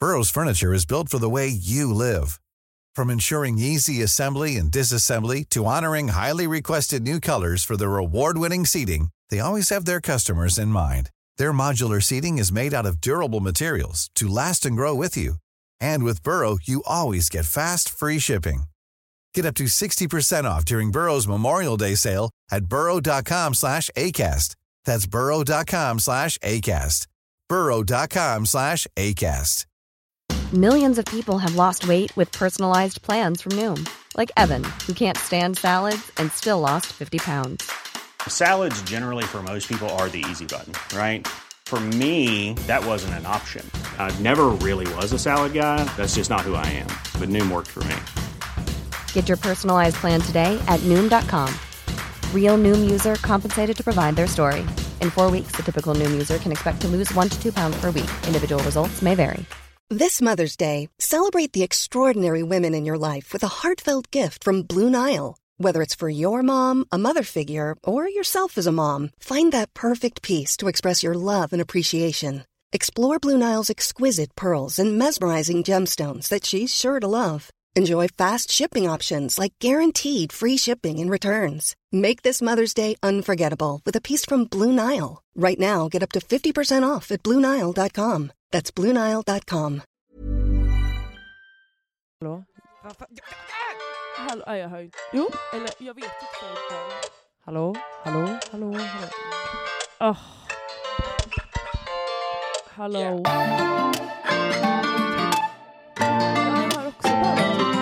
Burrow's furniture is built for the way you live. From ensuring easy assembly and disassembly to honoring highly requested new colors for their award-winning seating, they always have their customers in mind. Their modular seating is made out of durable materials to last and grow with you. And with Burrow, you always get fast, free shipping. Get up to 60% off during Burrow's Memorial Day sale at burrow.com/ACAST. That's burrow.com/ACAST. burrow.com/ACAST. Millions of people have lost weight with personalized plans from Noom. Like Evan, who can't stand salads and still lost 50 pounds. Salads generally for most people are the easy button, right? For me, that wasn't an option. I never really was a salad guy. That's just not who I am. But Noom worked for me. Get your personalized plan today at Noom.com. Real Noom user compensated to provide their story. In 4 weeks, the typical Noom user can expect to lose 1 to 2 pounds per week. Individual results may vary. This Mother's Day, celebrate the extraordinary women in your life with a heartfelt gift from Blue Nile. Whether it's for your mom, a mother figure, or yourself as a mom, find that perfect piece to express your love and appreciation. Explore Blue Nile's exquisite pearls and mesmerizing gemstones that she's sure to love. Enjoy fast shipping options like guaranteed free shipping and returns. Make this Mother's Day unforgettable with a piece from Blue Nile. Right now, get up to 50% off at BlueNile.com. That's BlueNile.com. Hallå? Hallå? Jag hör inte. Jo, eller jag vet inte. Hallå? Hallå? Hallå? Hallå? Oh. Hallå? Jag har också bara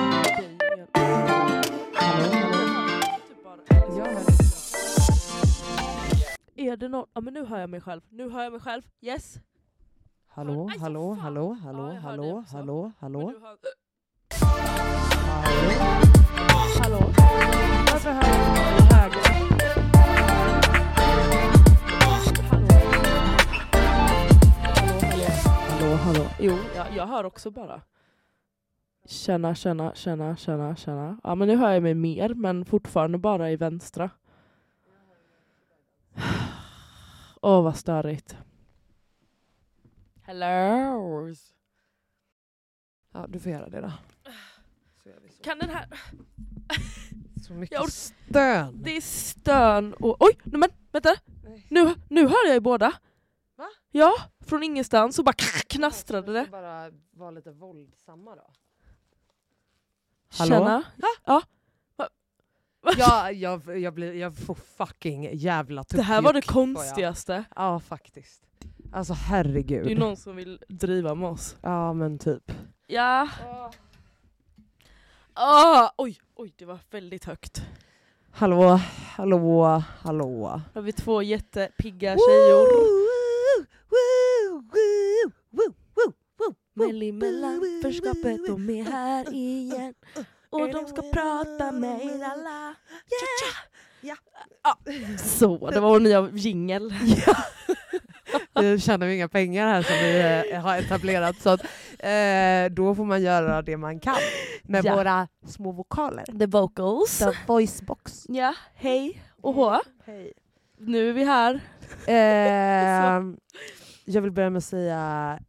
Är det något? Ja, men nu hör jag mig själv. Yes. Hallå, hallå, hallå, hallå, hallå, hallå, hallå. Hallå. Varför hör jag höger? Hallå. Jo, jag hör också bara. Känna. Ja, men nu hör jag mig mer, men fortfarande bara i vänstra. Vad störigt. Hello. Ja, du får göra det då. Kan den här... Så mycket stön. Det är stön och... Oj, men vänta. Nu hör jag ju båda. Va? Ja, från ingenstans så bara knastrade det. Bara vara lite våldsamma då. Hallå? Känna? Ja. Jag får fucking jävla tuppjuck. Det här var det konstigaste. Ja, faktiskt. Alltså herregud. Det är någon som vill driva med oss. Ja, men typ. Ja. Oj, det var väldigt högt. Hallå. Har vi 2 jättepigga tjejor. Mellanförskapet, de är här igen. Och de ska prata med er alla. Ja. Så, det var vår nya jingle. Vi tjänar ju inga pengar här som vi har etablerat. Så att, då får man göra det man kan. Med våra små vokaler. The vocals. The voice box. Ja, hej och hå. Hej. Nu är vi här. Jag vill börja med att säga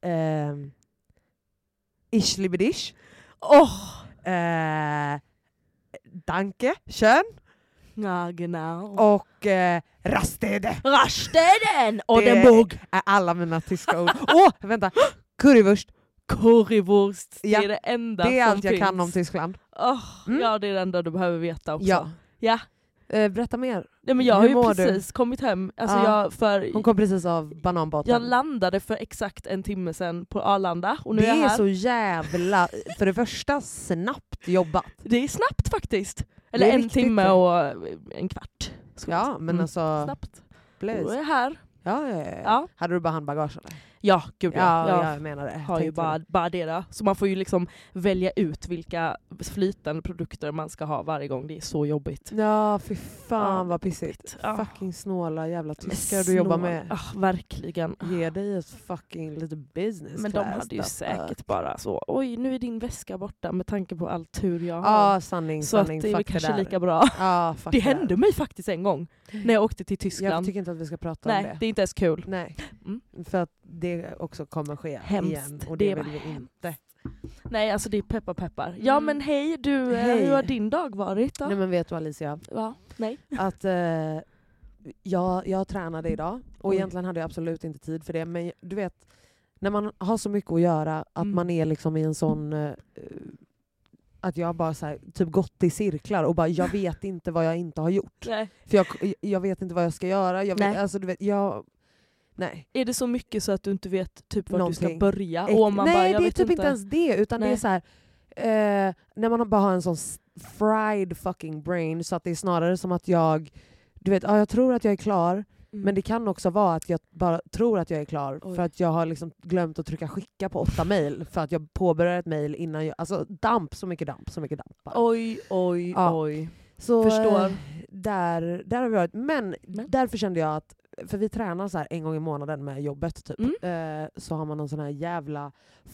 Ischlibidish. Danke, schön. Ja, genau. Och Rastede. Rasteden! Och den bog. Är alla mina tyska ord. Vänta. Currywurst. Det är det enda som Det är allt jag finns. kan om Tyskland. Ja, det är det enda du behöver veta också. Ja. Berätta mer. Nej, men jag har Hur ju mår precis kommit hem. Alltså Hon kom precis av bananbåten. Jag landade för exakt 1 timme sedan på Arlanda. Och nu det är jag här. Så jävla, för det första, snabbt jobbat. Det är snabbt faktiskt. Eller 1 timme och 1 kvart. Ja, men alltså... Snabbt. Please. Och jag är här. Ja. Hade du bara handbagage eller? Ja, gud ja. Jag menar det. Har ju bara det då. Så man får ju liksom välja ut vilka flytande produkter man ska ha varje gång. Det är så jobbigt. Ja, fy fan vad pissigt. Fucking snåla jävla tyskar du jobbar med. Verkligen. Ge dig ett fucking lite business. Men de hade ju säkert bara så. Oj, nu är din väska borta med tanke på all tur jag har. Ja, sanning. Så att det är kanske lika bra. Ja, det hände mig faktiskt en gång när jag åkte till Tyskland. Jag tycker inte att vi ska prata om det. Nej, det är inte ens kul. Nej, för att det det också kommer ske Hemskt. igen. Och Det det var vill vi inte. Nej, alltså det är peppar. Ja, men hej, du, Hej. hur har din dag varit då? Nej, men vet du Alicia? Ja, nej. Att jag tränade idag. Och Oj. egentligen hade jag absolut inte tid för det. Men du vet, när man har så mycket att göra, att man är liksom i en sån... att jag bara så här, typ gått i cirklar och bara jag vet inte vad jag inte har gjort. Nej. För jag vet inte vad jag ska göra. Jag vet, Nej. alltså, du vet, nej. Är det så mycket så att du inte vet typ var Någonting. du ska börja? Nej, Och man bara, jag det är vet typ inte ens det. Utan Nej. det är så här, när man bara har en sån fried fucking brain, så att det är snarare som att jag tror att jag är klar. Men det kan också vara att jag bara tror att jag är klar. Oj. För att jag har liksom glömt att trycka skicka på 8 mejl. För att jag påbörjar ett mejl innan jag... Alltså så mycket damp bara. Oj. Så Förstår. där har vi varit. Men därför kände jag att, för vi tränar så här en gång i månaden med jobbet typ. Så har man någon sån här jävla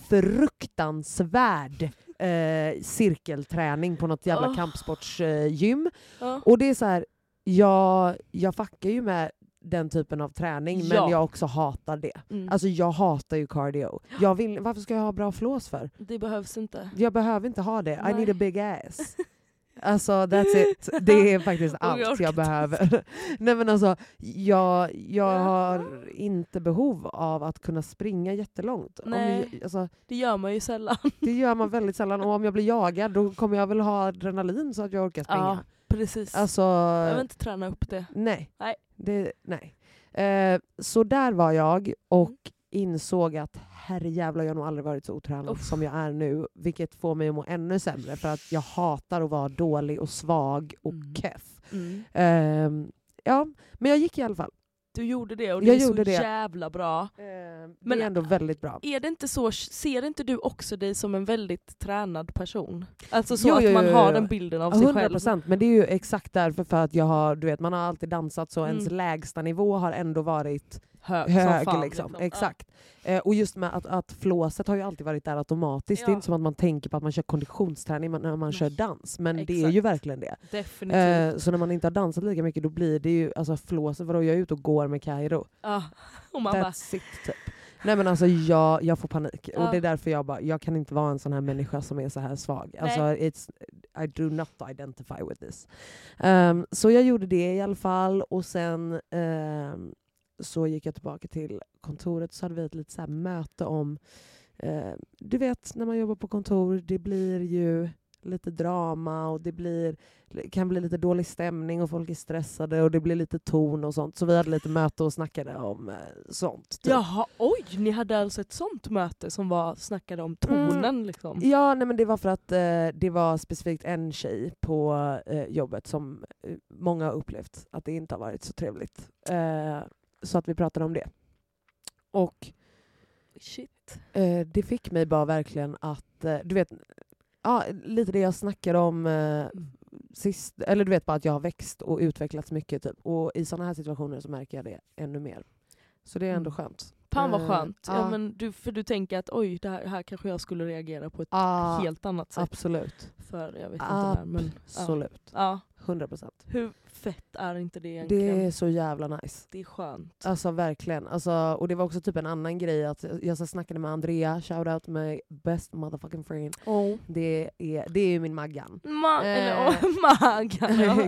fruktansvärd cirkelträning på något jävla kampsportsgym. Och det är så här, jag fuckar ju med den typen av träning, men jag också hatar det. Alltså jag hatar ju cardio. Varför ska jag ha bra flås för? Det behövs inte. Jag behöver inte ha det. Nej. I need a big ass. Alltså that's it. Det är faktiskt allt jag behöver. Nej men alltså, jag har inte behov av att kunna springa jättelångt. Nej. Det gör man ju sällan. Det gör man väldigt sällan. Och om jag blir jagad, då kommer jag väl ha adrenalin så att jag orkar springa. Ja, precis. Alltså, jag vill inte träna upp det. Nej. Nej. Så där var jag och insåg att herrejävlar, jag har nog aldrig varit så otränad som jag är nu. Vilket får mig att må ännu sämre, för att jag hatar att vara dålig och svag och keff. Ja, men jag gick i alla fall. Du gjorde det och det är så jävla bra. Men det är ändå väldigt bra. Är det inte så, ser inte du också dig som en väldigt tränad person? Alltså så att man har den bilden av sig 100%, själv. men det är ju exakt därför, för att jag har, du vet, man har alltid dansat så ens lägsta nivå har ändå varit hög fan, liksom. Exakt. Och just med att flåset har ju alltid varit där automatiskt. Det är inte som att man tänker på att man kör konditionsträning när man kör dans. Men det är ju verkligen det. Definitivt. Så när man inte har dansat lika mycket, då blir det ju, alltså flåset, vadå, jag är ute och går med Kairo. Och man That's it typ. Nej men alltså jag får panik. Och det är därför jag kan inte vara en sån här människa som är så här svag. Alltså I do not identify with this. Så jag gjorde det i alla fall. Och sen så gick jag tillbaka till kontoret, så hade vi ett litet så här möte om, du vet när man jobbar på kontor, det blir ju lite drama och det kan bli lite dålig stämning och folk är stressade och det blir lite ton och sånt. Så vi hade lite möte och snackade om sånt. Typ. Jaha, oj, ni hade alltså ett sånt möte som snackade om tonen liksom? Ja, nej, men det var för att det var specifikt en tjej på jobbet som många har upplevt att det inte har varit så trevligt. Så att vi pratade om det. Och shit. Det fick mig bara verkligen att, du vet, lite det jag snackade om sist, eller du vet bara att jag har växt och utvecklats mycket typ. Och i sådana här situationer så märker jag det ännu mer. Så det är ändå skönt. Fan vad skönt. Ja, men du tänker att oj, det här kanske jag skulle reagera på ett helt annat sätt. Absolut. För jag vet inte när, men absolut. Ja. 100%. Hur fett är inte det egentligen? Det är så jävla nice. Det är skönt. Alltså verkligen. Alltså, och det var också typ en annan grej att jag så snackade med Andrea, shout out my best motherfucking friend. Det är ju min Maggan. Maggan.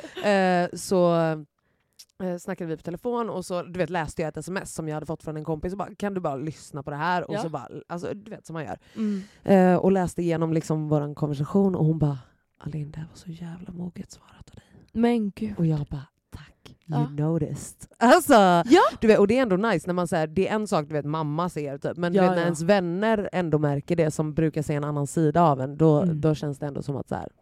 Så snackade vi på telefon och så du vet läste jag ett sms som jag hade fått från en kompis och bara, kan du bara lyssna på det här och så bara, alltså du vet som man gör. Och läste igenom liksom våran konversation och hon bara, Alin, det var så jävla moget svarat av dig. Men gud. Och jag bara, tack. You noticed. Alltså, du vet, och det är ändå nice när man säger, det är en sak du vet mamma ser typ, men du vet, när ens vänner ändå märker det, som brukar se en annan sida av en, då känns det ändå som att så här,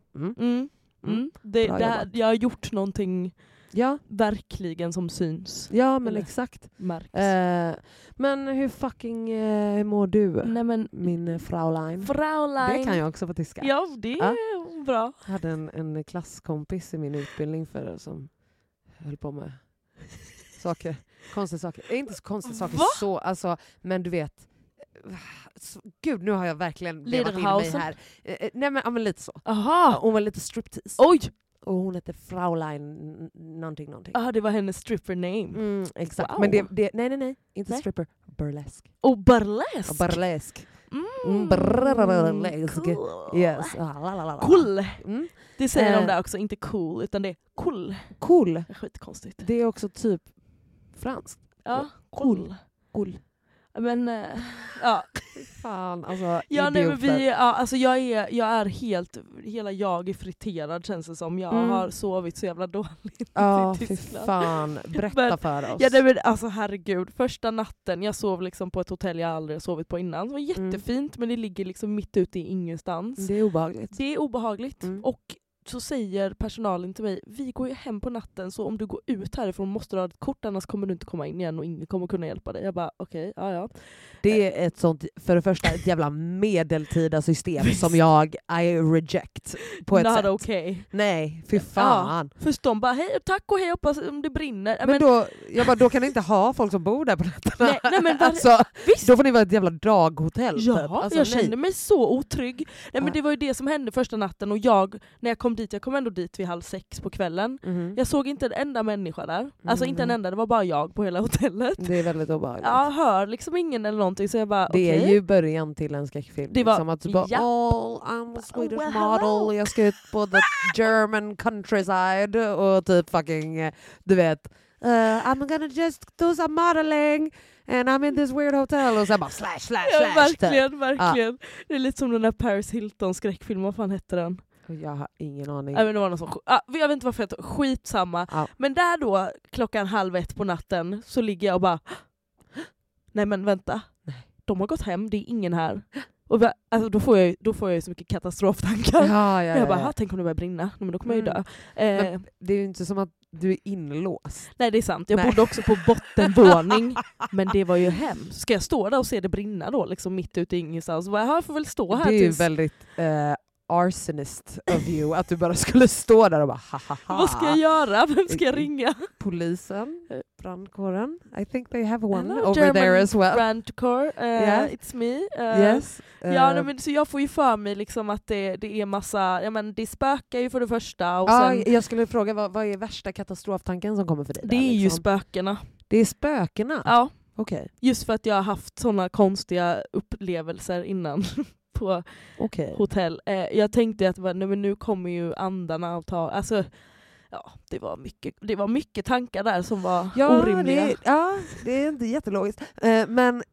jag har gjort någonting verkligen som syns. Ja, men exakt. Märks. Men hur mår du? Nej, men, min Fraulein? Det kan jag också på tyska. Ja, det är bra. Jag hade en klasskompis i min utbildning för som höll på med saker. Konstiga saker. Inte så konstiga saker så, alltså, men du vet. Gud, nu har jag verkligen levat in mig här. Nej men lite så. Aha. Hon var lite striptease. Oj! och hon hette Fraulein någonting. Det var hennes stripper name. Exakt. Wow. Men det nej, inte stripper, burlesk. Burlesk. Burlesk. Burlesk. Cool. Yes. Cool. Det säger de Eh. där också, inte cool utan det är cool. Cool. Det är skitkonstigt. Det är också typ franskt. Ja, Cool. Men ja. Fan, alltså Ja, nej, men idioter. alltså jag är hela jag är friterad, känns det som. Jag har sovit så jävla dåligt Ja, i fy Tyskland. fan. Berätta Men- för oss. Ja, nej, men alltså herregud, första natten jag sov liksom på ett hotell jag aldrig sovit på innan. Det var jättefint, men det ligger liksom mitt ute i ingenstans. Det är obehagligt. Det är obehagligt. Mm. Och så säger personalen till mig, vi går ju hem på natten så om du går ut härifrån måste du ha ett kort, annars kommer du inte komma in igen och ingen kommer kunna hjälpa dig. Jag bara okej, ja. Det är ett sånt, för det första, ett jävla medeltida system som jag I reject på ett Not sätt. okay. Nej, fy fan. Först de bara, hej, tack och hej, hoppas om det brinner. Men då kan ni inte ha folk som bor där på nätterna. Nej, men alltså, visst. då får ni vara ett jävla daghotell. Ja, typ. Alltså, jag kände mig så otrygg. Nej, men det var ju det som hände första natten och när jag kom dit, jag kom ändå dit vid 5:30 på kvällen. Jag såg inte en enda människa där. Alltså inte en enda, det var bara jag på hela hotellet. Det är väldigt obehagligt. Jag hör liksom ingen eller någonting så jag bara Det är okej. ju början till en skräckfilm. Det var- liksom att du bara, ja. I'm a Swedish Well, hello. model, jag ska ut på the German countryside och typ fucking, du vet, I'm gonna just do some modeling and I'm in this weird hotel och sen bara slash. Ja, verkligen, typ. verkligen. Det är lite som den där Paris Hilton skräckfilm, vad fan hette den? Jag har ingen aning. Nej, men det var någon sån, jag vet inte varför jag heter, skitsamma. Ja. Men där då, 1:30 på natten, så ligger jag och bara nej men vänta, de har gått hem, det är ingen här. Och alltså, då får jag ju så mycket katastroftankar. Ja. Jag bara, tänk om det börjar brinna, men då kommer jag ju dö. Men det är ju inte som att du är inlåst. Nej, det är sant. Jag Nej. bodde också på bottenvåning, men det var ju hemskt. Ska jag stå där och se det brinna då, liksom mitt ute i ingenstans? Jag får väl stå här Det är ju tills... väldigt arsonist of you att du bara skulle stå där och bara hahaha. Vad ska jag göra? Vem ska jag ringa? Polisen, brandkåren. I think they have one Hello, over German there as well. Brandcore, Yeah. it's me. Yes. Ja, nej, men, så jag får ju för mig liksom att det är massa, det spökar ju för det första. Och Ja, sen, jag skulle fråga, vad är värsta katastroftanken som kommer för dig? det där, är ju liksom? spökena. Det är spökena? Ja, Okej. just för att jag har haft såna konstiga upplevelser innan på Okej. hotell. Jag tänkte att nej, men nu kommer ju andarna att ta... Alltså, ja, det var mycket tankar där som var orimliga. Det är inte jättelogiskt. Men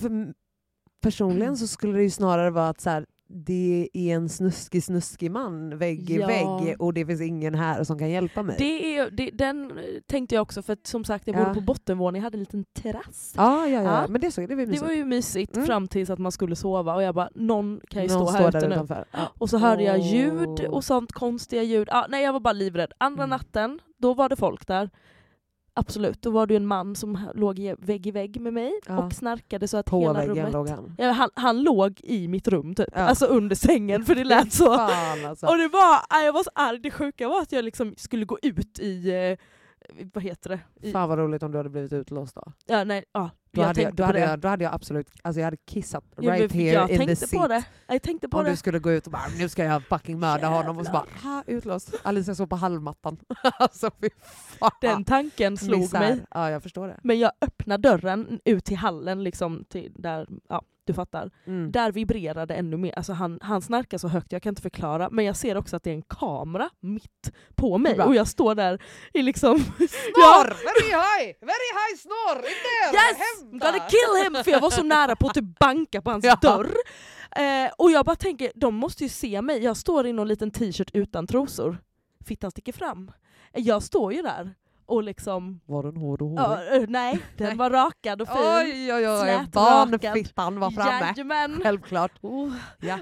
personligen så skulle det ju snarare vara att så här, det är en snuskig man vägg i vägg och det finns ingen här som kan hjälpa mig. Den tänkte jag också, för att som sagt jag bodde på bottenvåningen, jag hade en liten terrass. Ja. Men det var ju mysigt. Det var ju mysigt fram tills att man skulle sova och jag bara, någon kan ju stå här står ute där nu. utanför. Ja. Och så hörde jag ljud och sånt konstiga ljud. Nej, jag var bara livrädd. Andra natten, då var det folk där. Absolut, då var det en man som låg vägg i vägg med mig och snarkade så att på hela väggen rummet... låg han. Ja, han låg i mitt rum typ. Alltså under sängen, för det lät så. Fan, alltså. Och jag var så arg. Det sjuka var att jag liksom skulle gå ut i... vad heter det? Fan vad roligt om du hade blivit utlåst då. Ja, nej, ja. Då hade jag absolut, alltså jag hade kissat right here in the seat. Jag tänkte på om det. du skulle gå ut och bara, nu ska jag fucking mörda honom och så bara, utlåst. Alicia såg på halmmattan. Alltså fy fan. Den tanken slog mig. Ja, jag förstår det. Men jag öppnade dörren ut till hallen liksom, till där, ja, du fattar. Där vibrerade ännu mer. Alltså han snarkar så högt, jag kan inte förklara. Men jag ser också att det är en kamera mitt på mig. Och jag står där i liksom... Snor! Very high snor! In there! Yes! I'm gonna kill him! För jag var så nära på att typ banka på hans dörr. Och jag bara tänker, de måste ju se mig. Jag står i någon liten t-shirt utan trosor. Fittan sticker fram. Jag står ju där. Och liksom... Var den hård och hårig? Nej, den var rakad och fin. Oj, barnfittan var framme. Jajamän. Självklart. Ja.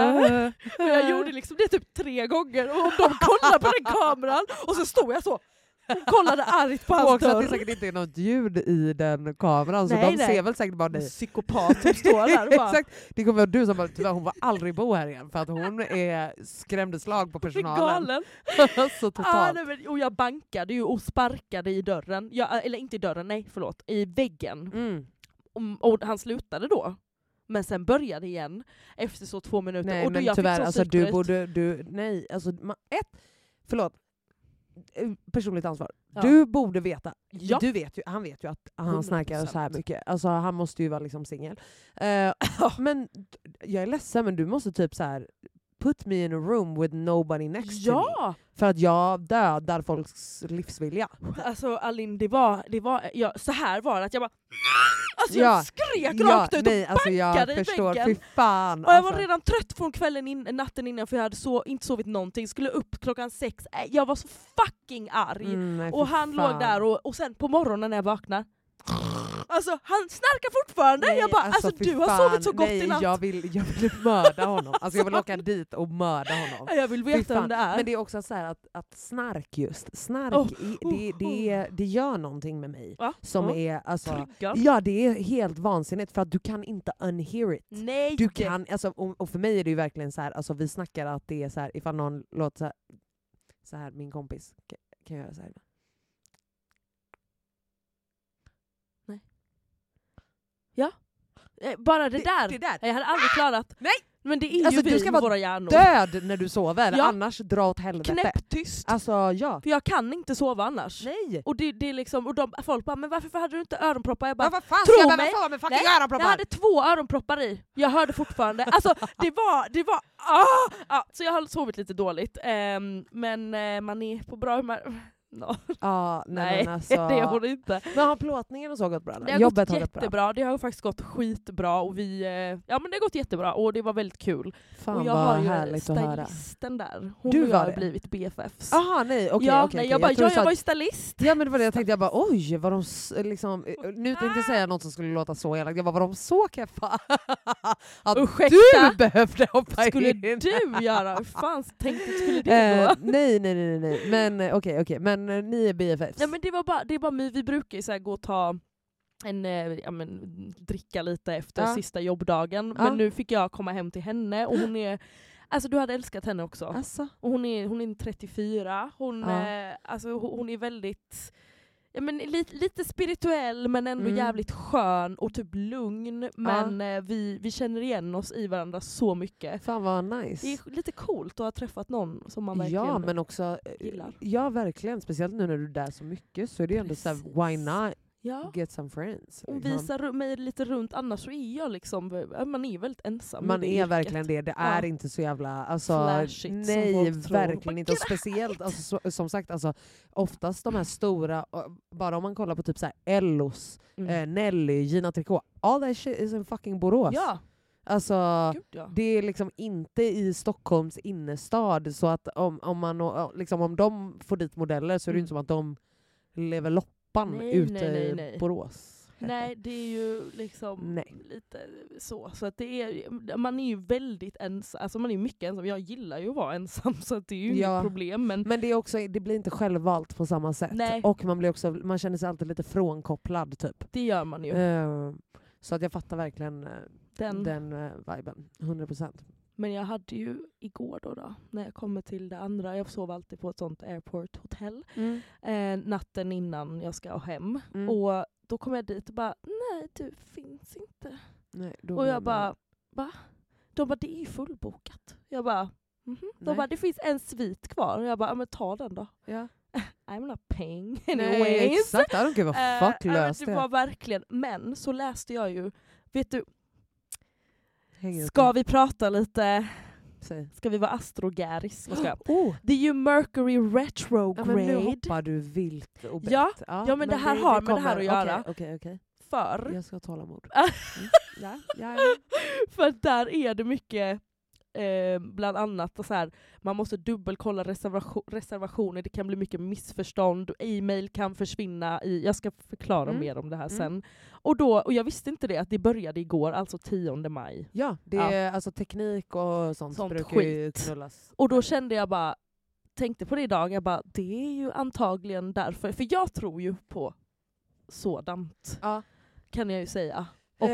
Men jag gjorde liksom det typ 3 gånger. Och de kollade på den kameran. Och så stod jag så. Och kollade argt på hans också dörr. att det säkert inte är något ljud i den kameran. Så de ser väl säkert bara dig. Psykopat som står där och bara... Exakt. Det kommer vara du som bara, tyvärr hon var aldrig bo här igen. För att hon skrämde slag på personalen. Galen. Så totalt. Och jag bankade ju och sparkade i dörren. Eller inte i dörren, nej förlåt. I väggen. Och han slutade då. Men sen började igen efter så 2 minuter. Nej, och då men jag tyvärr, fick så alltså psykbryt. nej, alltså förlåt. personligt ansvar. Ja. Du borde veta. Ja. Du vet ju, han vet ju att han 100%. snarkar så här mycket. Alltså han måste ju vara liksom singel. Men jag är ledsen, men du måste typ så här put me in a room with nobody next to me. Ja! För att jag dödar folks livsvilja. Alltså Alin, så här var det att jag bara... Alltså Ja. jag skrek rakt ut och jag backade i förstår. väggen. Fy fan. Och jag var alltså. redan trött från natten innan för jag hade inte sovit någonting. Skulle upp 6:00. Jag var så fucking arg. Nej, Och fy han fan. låg där och sen på morgonen när jag vaknar. Alltså han snarkar fortfarande. Nej, Jag bara, alltså fy du har fan. sovit så gott i natt. Jag vill mörda honom. Alltså jag vill åka dit och mörda honom. Jag vill Fy veta fan. vem det är. Men det är också så här att snark det gör någonting med mig. Va? Som är alltså, Triggar. ja, det är helt vansinnigt för att du kan inte unhear it. Nej. Du kan, alltså, och för mig är det ju verkligen så här, alltså vi snackar att det är så här, ifall någon låter så här min kompis kan göra så här. Nej. Ja. Bara det där. Jag hade aldrig klarat. Nej. Men det är Alltså, ju du vi ska med vara våra hjärnor. Död när du sover, Ja. annars dra åt helvete. Knäpptyst. Alltså ja. För jag kan inte sova annars. Nej. Och det är liksom, och folk bara, men varför hade du inte öronproppar? Jag bara, Vad fan tro ska jag mig. behöva få med fucking Nej, öronproppar? jag hade 2 öronproppar i. Jag hörde fortfarande. Alltså det var så jag har sovit lite dåligt. Men man är på bra humör. No. Ja, nej, men alltså. Det är hon inte. Men har plåtningen och så gått bra? Det har Jobbet gått har gått bra. jättebra. Det har faktiskt gått skitbra och men det har gått jättebra och det var väldigt kul. Fan och jag vad har ju härligt att höra. stylisten där. Hon Du och jag var har det? blivit BFFs. Jaha, nej, okej. Jag tror jag du sa var ju att- stylist. Ja, men det var det jag tänkte, jag bara oj, var de liksom, nu tänkte jag säga något som skulle låta så elakt, jag bara var de så keffa? Att Ursäkta? du behövde hoppa Skulle in. du göra? Hur fan tänkte skulle det gå? Nej, men okej, men ni är BFFs? Ja, men det är bara vi brukar ju så här gå och ta dricka lite efter sista jobbdagen. Ja. Men nu fick jag komma hem till henne och hon är, alltså du hade älskat henne också. Alltså. Och hon är 34. Hon är väldigt lite spirituell men ändå jävligt skön och typ lugn. Men vi känner igen oss i varandra så mycket. Fan vad nice. Det är lite coolt att ha träffat någon som man verkligen Ja, men också gillar. Ja, verkligen. Speciellt nu när du är där så mycket så är det ju ändå så här, why not get some friends? Och visar mig lite runt, annars så är jag liksom, man är väldigt ensam. Man i är yrket. verkligen det. Det är inte så jävla flashigt som nej, folk tror. verkligen inte. Och speciellt alltså, som sagt, alltså, oftast de här stora, bara om man kollar på typ så här Ellos, Nelly, Gina Tricot, all that shit is in fucking Borås. Ja. Alltså, Gud, ja. det är liksom inte i Stockholms innerstad, så att om de får dit modeller så är det inte som att de lever loppan ute i Borås. Nej, det är ju liksom lite så. Så att man är ju väldigt ensam, alltså man är mycket ensam. Jag gillar ju att vara ensam så att det är ju inget problem. Men det är också, det blir inte självvalt på samma sätt. Nej. Och man känner sig alltid lite frånkopplad typ. Det gör man ju. Så att jag fattar verkligen den viben, 100%. Men jag hade ju igår då när jag kommer till det andra, jag sov alltid på ett sånt airport-hotell natten innan jag ska hem. Och då kom jag dit och bara, nej du finns inte. Nej, och jag bara, va? De bara, det är ju fullbokat. Jag bara, De bara, det finns en svit kvar. Och jag bara, men ta den då. Ja. I'm not paying anyways. Nej, exakt, I don't give a fuck, lös det var verkligen, men så läste jag ju, vet du, ska vi prata lite, Säg. ska vi vara astrogäris? Det är ju Mercury retrograde. Ja, men nu hoppar du vilt och brett. Ja, men det här har med det här att göra. Okej. För jag ska tåla mod. Ja. För där är det mycket bland annat så här, man måste dubbelkolla reservationer, det kan bli mycket missförstånd, e-mail kan försvinna jag ska förklara mer om det här sen. Och jag visste inte det, att det började igår, alltså 10 maj. Ja, det är alltså teknik och sånt brukar ju knullas. Och då kände jag bara, tänkte på det idag, jag bara, det är ju antagligen därför, för jag tror ju på sådant, kan jag ju säga. Och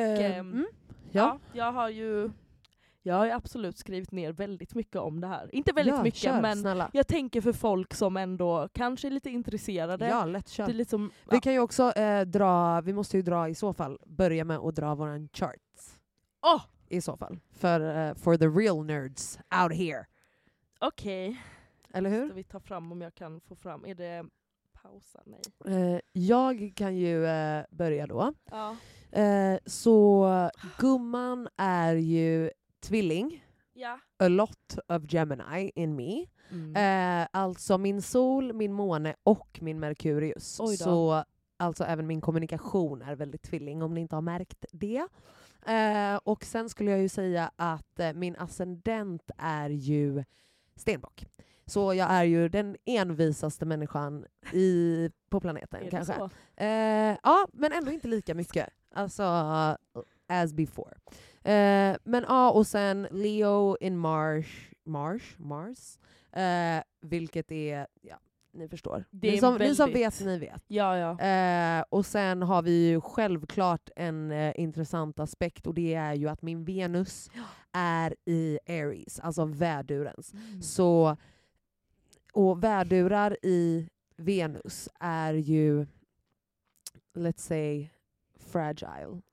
jag har ju absolut skrivit ner väldigt mycket om det här. Inte väldigt mycket, men snälla. Jag tänker för folk som ändå kanske är lite intresserade. Ja, lätt kör. Det är liksom, vi kan ju också vi måste ju i så fall börja med att dra våran charts. I så fall. For the real nerds out here. Okej. Eller hur? Ska vi ta fram om jag kan få fram? Är det pausa? Nej. Jag kan ju börja då. Ja. Så gumman är ju tvilling. Ja. A lot of Gemini in me. Alltså min sol, min måne och min Merkurius. Oj då. Så alltså även min kommunikation är väldigt tvilling om ni inte har märkt det. Och sen skulle jag ju säga att min ascendent är ju stenbock. Så jag är ju den envisaste människan på planeten kanske. Så? Ja, men ändå inte lika mycket. Alltså, as before. Men ja, och sen Leo in Mars. Vilket är, ja, ni förstår. Ni som vet, ni vet. Ja. Och sen har vi ju självklart en intressant aspekt, och det är ju att min Venus är i Aries, alltså värdurens. Så, och värdurar i Venus är ju, let's say, fragile.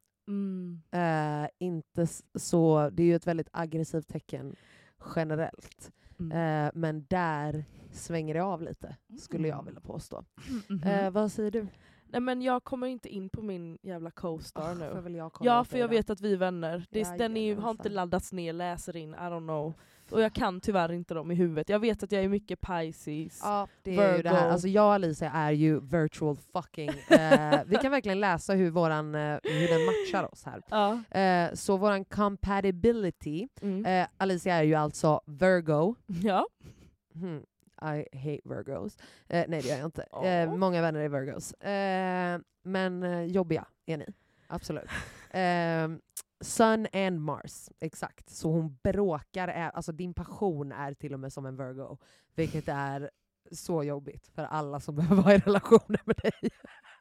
Inte så, det är ju ett väldigt aggressivt tecken generellt. Men där svänger det av lite, skulle jag vilja påstå. Vad säger du? Nej, men jag kommer inte in på min jävla co-star nu. För jag vet att vi är vänner. Den har inte laddats ner, läser in, I don't know. Och jag kan tyvärr inte dem i huvudet. Jag vet att jag är mycket Pisces. Ja, det är Virgo. ju det här. Alltså jag och Alicia är ju virtual fucking... vi kan verkligen läsa hur den matchar oss här. Ja. Så våran compatibility, Alicia är ju alltså Virgo. Ja. I hate Virgos. Nej, det gör jag inte. Många vänner är Virgos. Men jobbiga är ni. Absolut. Sun and Mars, exakt. Så hon bråkar, alltså din passion är till och med som en Virgo. Vilket är så jobbigt för alla som behöver vara i relationer med dig.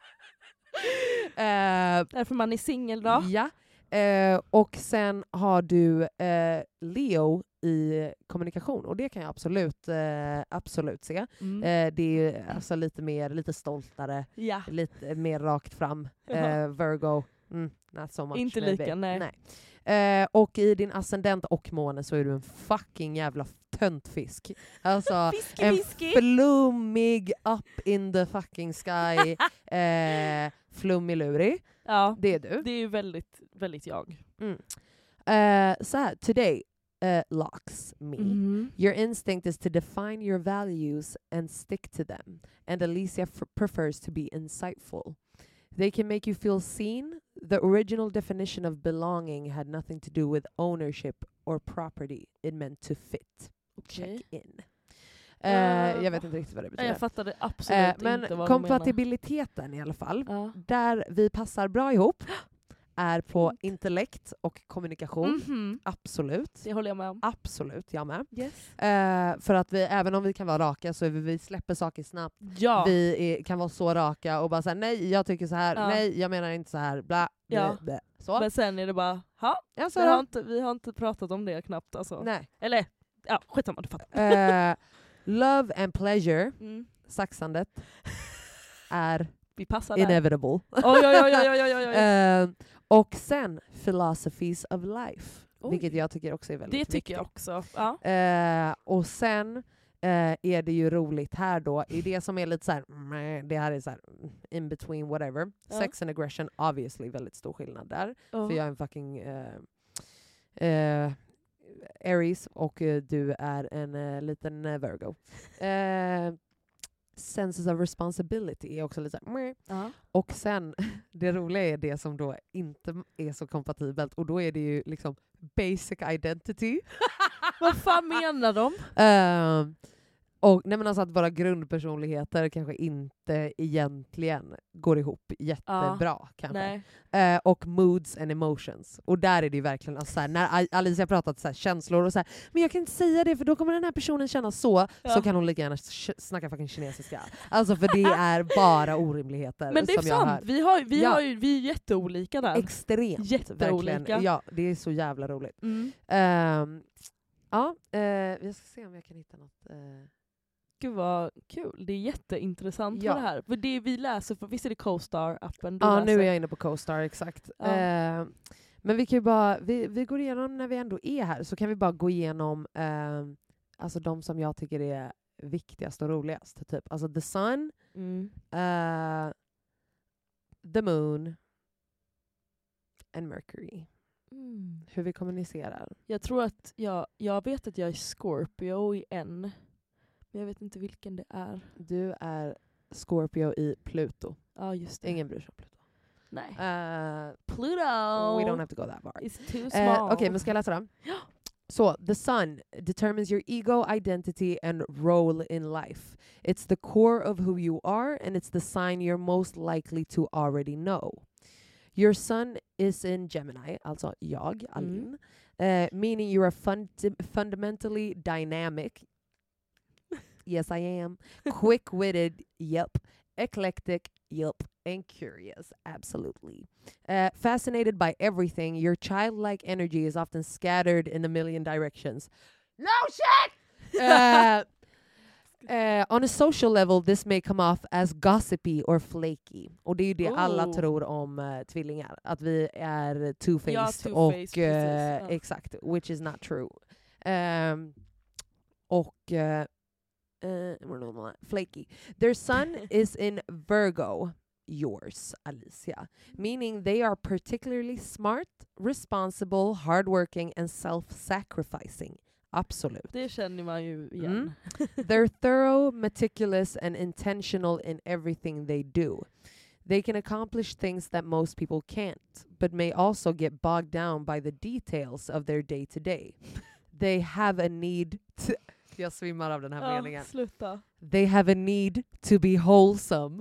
Därför man är singel då. Ja. Och sen har du Leo i kommunikation, och det kan jag absolut se. Det är alltså lite stoltare, lite mer rakt fram. Virgo, not so much. Inte lika, nej. Och i din ascendent och måne så är du en fucking jävla töntfisk. Alltså en flummig up in the fucking sky flummilurig. Ja, det är du. Det är ju väldigt, väldigt jag. Så här, today locks me. Your instinct is to define your values and stick to them. And Alicia prefers to be insightful. They can make you feel seen. The original definition of belonging had nothing to do with ownership or property. It meant to fit. Check in. Jag vet inte riktigt vad det betyder. Jag fattade absolut men inte vad kompatibiliteten i alla fall, där vi passar bra ihop, är på intellekt och kommunikation. Absolut. Det håller jag med om. Absolut, jag med. Yes. För att vi, även om vi kan vara raka, så vi släpper saker snabbt. Ja. Vi kan vara så raka och bara säga nej, jag tycker så här, nej, jag menar inte så här, bla, blä. Så. Men sen är det bara, vi har inte pratat om det knappt. Alltså. Nej. Eller, skitsamma, du fattar. Love and pleasure, saxandet, är inevitable. Oj. Och sen philosophies of life, vilket jag tycker också är väldigt viktigt. Det tycker jag också. Ja. Och sen är det ju roligt här då, i det som är lite så här, det här är så här in between whatever. Sex and aggression, obviously väldigt stor skillnad där. För jag är en fucking Aries och du är en liten Virgo. Senses of responsibility är också lite så här, och sen det roliga är det som då inte är så kompatibelt, och då är det ju liksom basic identity. Vad fan menar de? Och nej, men alltså att våra grundpersonligheter kanske inte egentligen går ihop jättebra kanske. Och moods and emotions. Och där är det ju verkligen alltså, såhär, när Alicia har pratat såhär, känslor och såhär, men jag kan inte säga det för då kommer den här personen känna så kan hon lika gärna snacka fucking kinesiska. Alltså för det är bara orimligheter. Men det är som sant, vi är jätteolika där. Extremt. Jätteolika. Verkligen. Ja, det är så jävla roligt. Jag ska se om jag kan hitta något. Gud vad kul, det är jätteintressant för det här. För det vi läser, för visst är det CoStar-appen? Ja, nu är jag inne på CoStar, exakt. Men vi kan ju bara, vi går igenom när vi ändå är här, så kan vi bara gå igenom alltså de som jag tycker är viktigast och roligast. Typ. Alltså the sun, the moon and Mercury. Hur vi kommunicerar. Jag tror att jag vet att jag är Scorpio i en. Men jag vet inte vilken det är. Du är Scorpio i Pluto. Ja, just det. Ingen bryr sig om Pluto. Nej. Pluto! We don't have to go that far. It's too small. Okej, men ska jag läsa den? So, the sun determines your ego, identity, and role in life. It's the core of who you are, and it's the sign you're most likely to already know. Your sun is in Gemini, alltså jag, Alin, meaning you are fundamentally dynamic. Yes, I am. Quick-witted, yep. Eclectic, yep. And curious, absolutely. Fascinated by everything, your childlike energy is often scattered in a million directions. No shit! On a social level, this may come off as gossipy or flaky. Och det är ju det alla tror om tvillingar. Att vi är two-faced. Ja, two-faced, exakt. Which is not true. Flaky. Their sun is in Virgo. Yours, Alicia. Meaning they are particularly smart, responsible, hardworking and self-sacrificing. Absolut. Det känner man ju igen. They're thorough, meticulous and intentional in everything they do. They can accomplish things that most people can't, but may also get bogged down by the details of their day-to-day. They have a need to... Jag svimmar av den här meningen. Sluta. They have a need to be wholesome.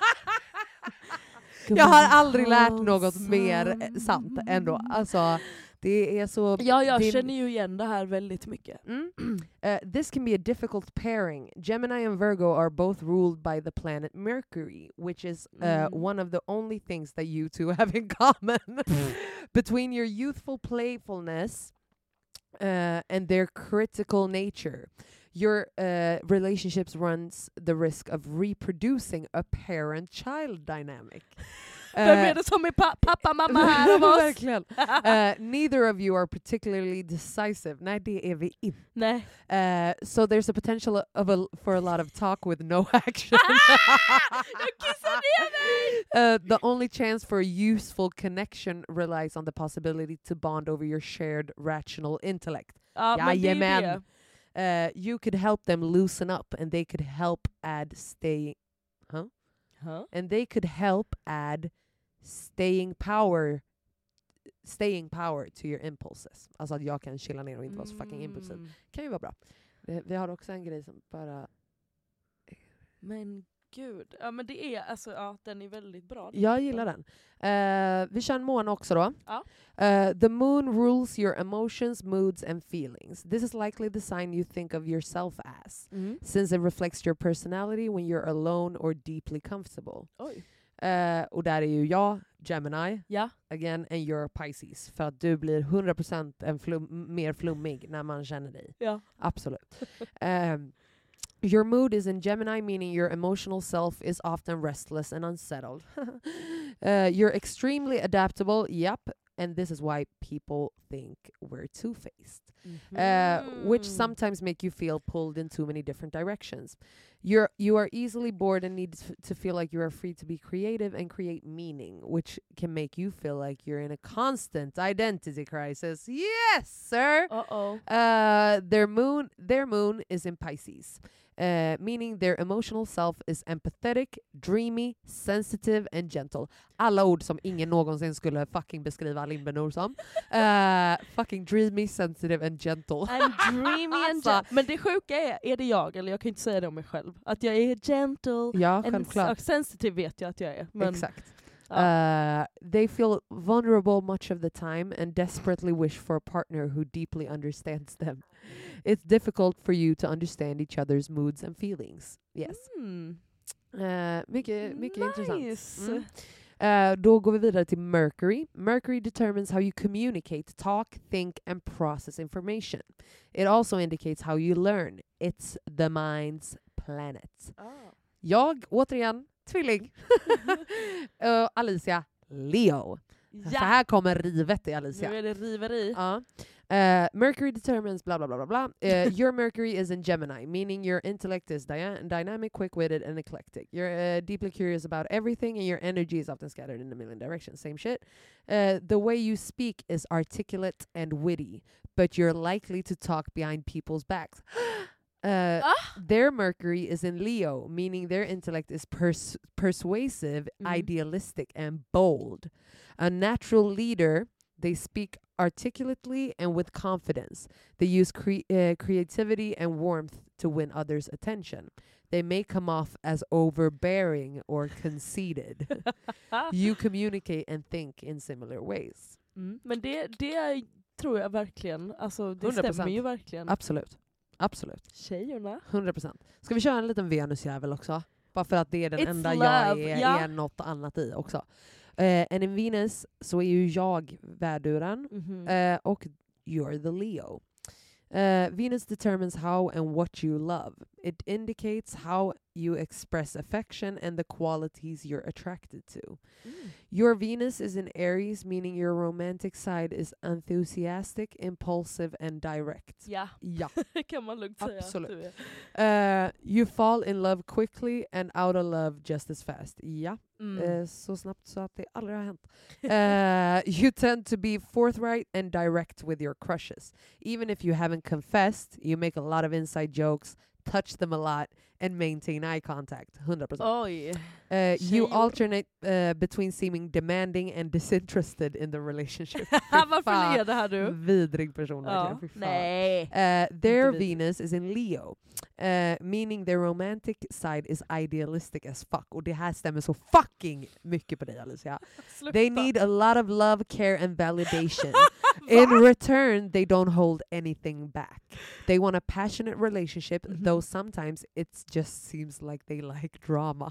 Jag har aldrig lärt något mer sant ändå. Alltså, det är så... Ja, jag känner ju igen det här väldigt mycket. This can be a difficult pairing. Gemini and Virgo are both ruled by the planet Mercury, which is one of the only things that you two have in common. Between your youthful playfulness and their critical nature, your relationships runs the risk of reproducing a parent-child dynamic. Vem är det som är pappa, mamma här av oss? Verkligen. Neither of you are particularly decisive. Nej, det är vi inte. Nej. So there's a potential for a lot of talk with no action. Jag kissar ner mig! The only chance for a useful connection relies on the possibility to bond over your shared rational intellect. Jajamän. You could help them loosen up and they could help add staying power to your impulses. Alltså att jag kan chilla ner och inte vara så fucking impulsiv. Kan ju vara bra. Vi har också en grej som bara... Men gud. Ja, men det är alltså, ja, den är väldigt bra. Jag gillar den. Vi kör en måne också då. Ja. The moon rules your emotions, moods and feelings. This is likely the sign you think of yourself as, since it reflects your personality when you're alone or deeply comfortable. Oj. Och där är ju jag, Gemini, ja. Again, and you're Pisces. För att du blir 100% mer flummig när man känner dig. Ja. Absolut. Your mood is in Gemini, meaning your emotional self is often restless and unsettled. You're extremely adaptable, yep, and this is why people think we're two-faced. Which sometimes make you feel pulled in too many different directions. You are easily bored and need to feel like you are free to be creative and create meaning, which can make you feel like you're in a constant identity crisis. Yes, sir! Their moon is in Pisces. Meaning their emotional self is empathetic, dreamy, sensitive and gentle. Alla ord som ingen någonsin skulle fucking beskriva Linn Benor som. Fucking dreamy, sensitive and gentle. I'm dreamy and gentle. Men det sjuka är det jag, eller jag kan inte säga det om mig själv. Att jag är gentle, ja, självklart. Sensitive vet jag att jag är. Men exakt. They feel vulnerable much of the time and desperately wish for a partner who deeply understands them. It's difficult for you to understand each other's moods and feelings. Yes. Mycket intressant. Då går vi vidare till Mercury. Mercury determines how you communicate, talk, think and process information. It also indicates how you learn. It's the mind's planet. Jag, återigen, tvilling. Alicia, Leo. Ja. Så här kommer rivet i Alicia. Nu är det riveri. Mercury determines blah blah blah blah blah. Your Mercury is in Gemini, meaning your intellect is dynamic, quick-witted, and eclectic. You're deeply curious about everything, and your energy is often scattered in a million directions. Same shit. The way you speak is articulate and witty, but you're likely to talk behind people's backs. Their Mercury is in Leo, meaning their intellect is persuasive, idealistic, and bold. A natural leader, they speak articulately and with confidence. They use creativity and warmth to win others' attention. They may come off as overbearing or conceited. You communicate and think in similar ways. Men det tror jag verkligen, alltså det 100%. stämmer ju verkligen. Absolut. Tjejerna. 100%. Ska vi köra en liten Venusjävel också? Bara för att det är den It's enda love. jag är något annat i också. And in Venus så är ju jag värduren och you're the Leo. Venus determines how and what you love. It indicates how you express affection and the qualities you're attracted to. Your Venus is in Aries, meaning your romantic side is enthusiastic, impulsive, and direct. Ja. Kan man lugnt säga. Absolut. You fall in love quickly and out of love just as fast. Ja. Så snabbt så att det aldrig har hänt. You tend to be forthright and direct with your crushes. Even if you haven't confessed, you make a lot of inside jokes, touch them a lot, and maintain eye contact. 100%. Oj. You alternate between seeming demanding and disinterested in the relationship. Varför leder här du? Vidrig person. Fy fan. Nej. Their Venus is in Leo, meaning their romantic side is idealistic as fuck. Och det här stämmer så fucking mycket på dig, Alicia. They need a lot of love, care and validation. In return, they don't hold anything back. They want a passionate relationship, though sometimes it just seems like they like drama.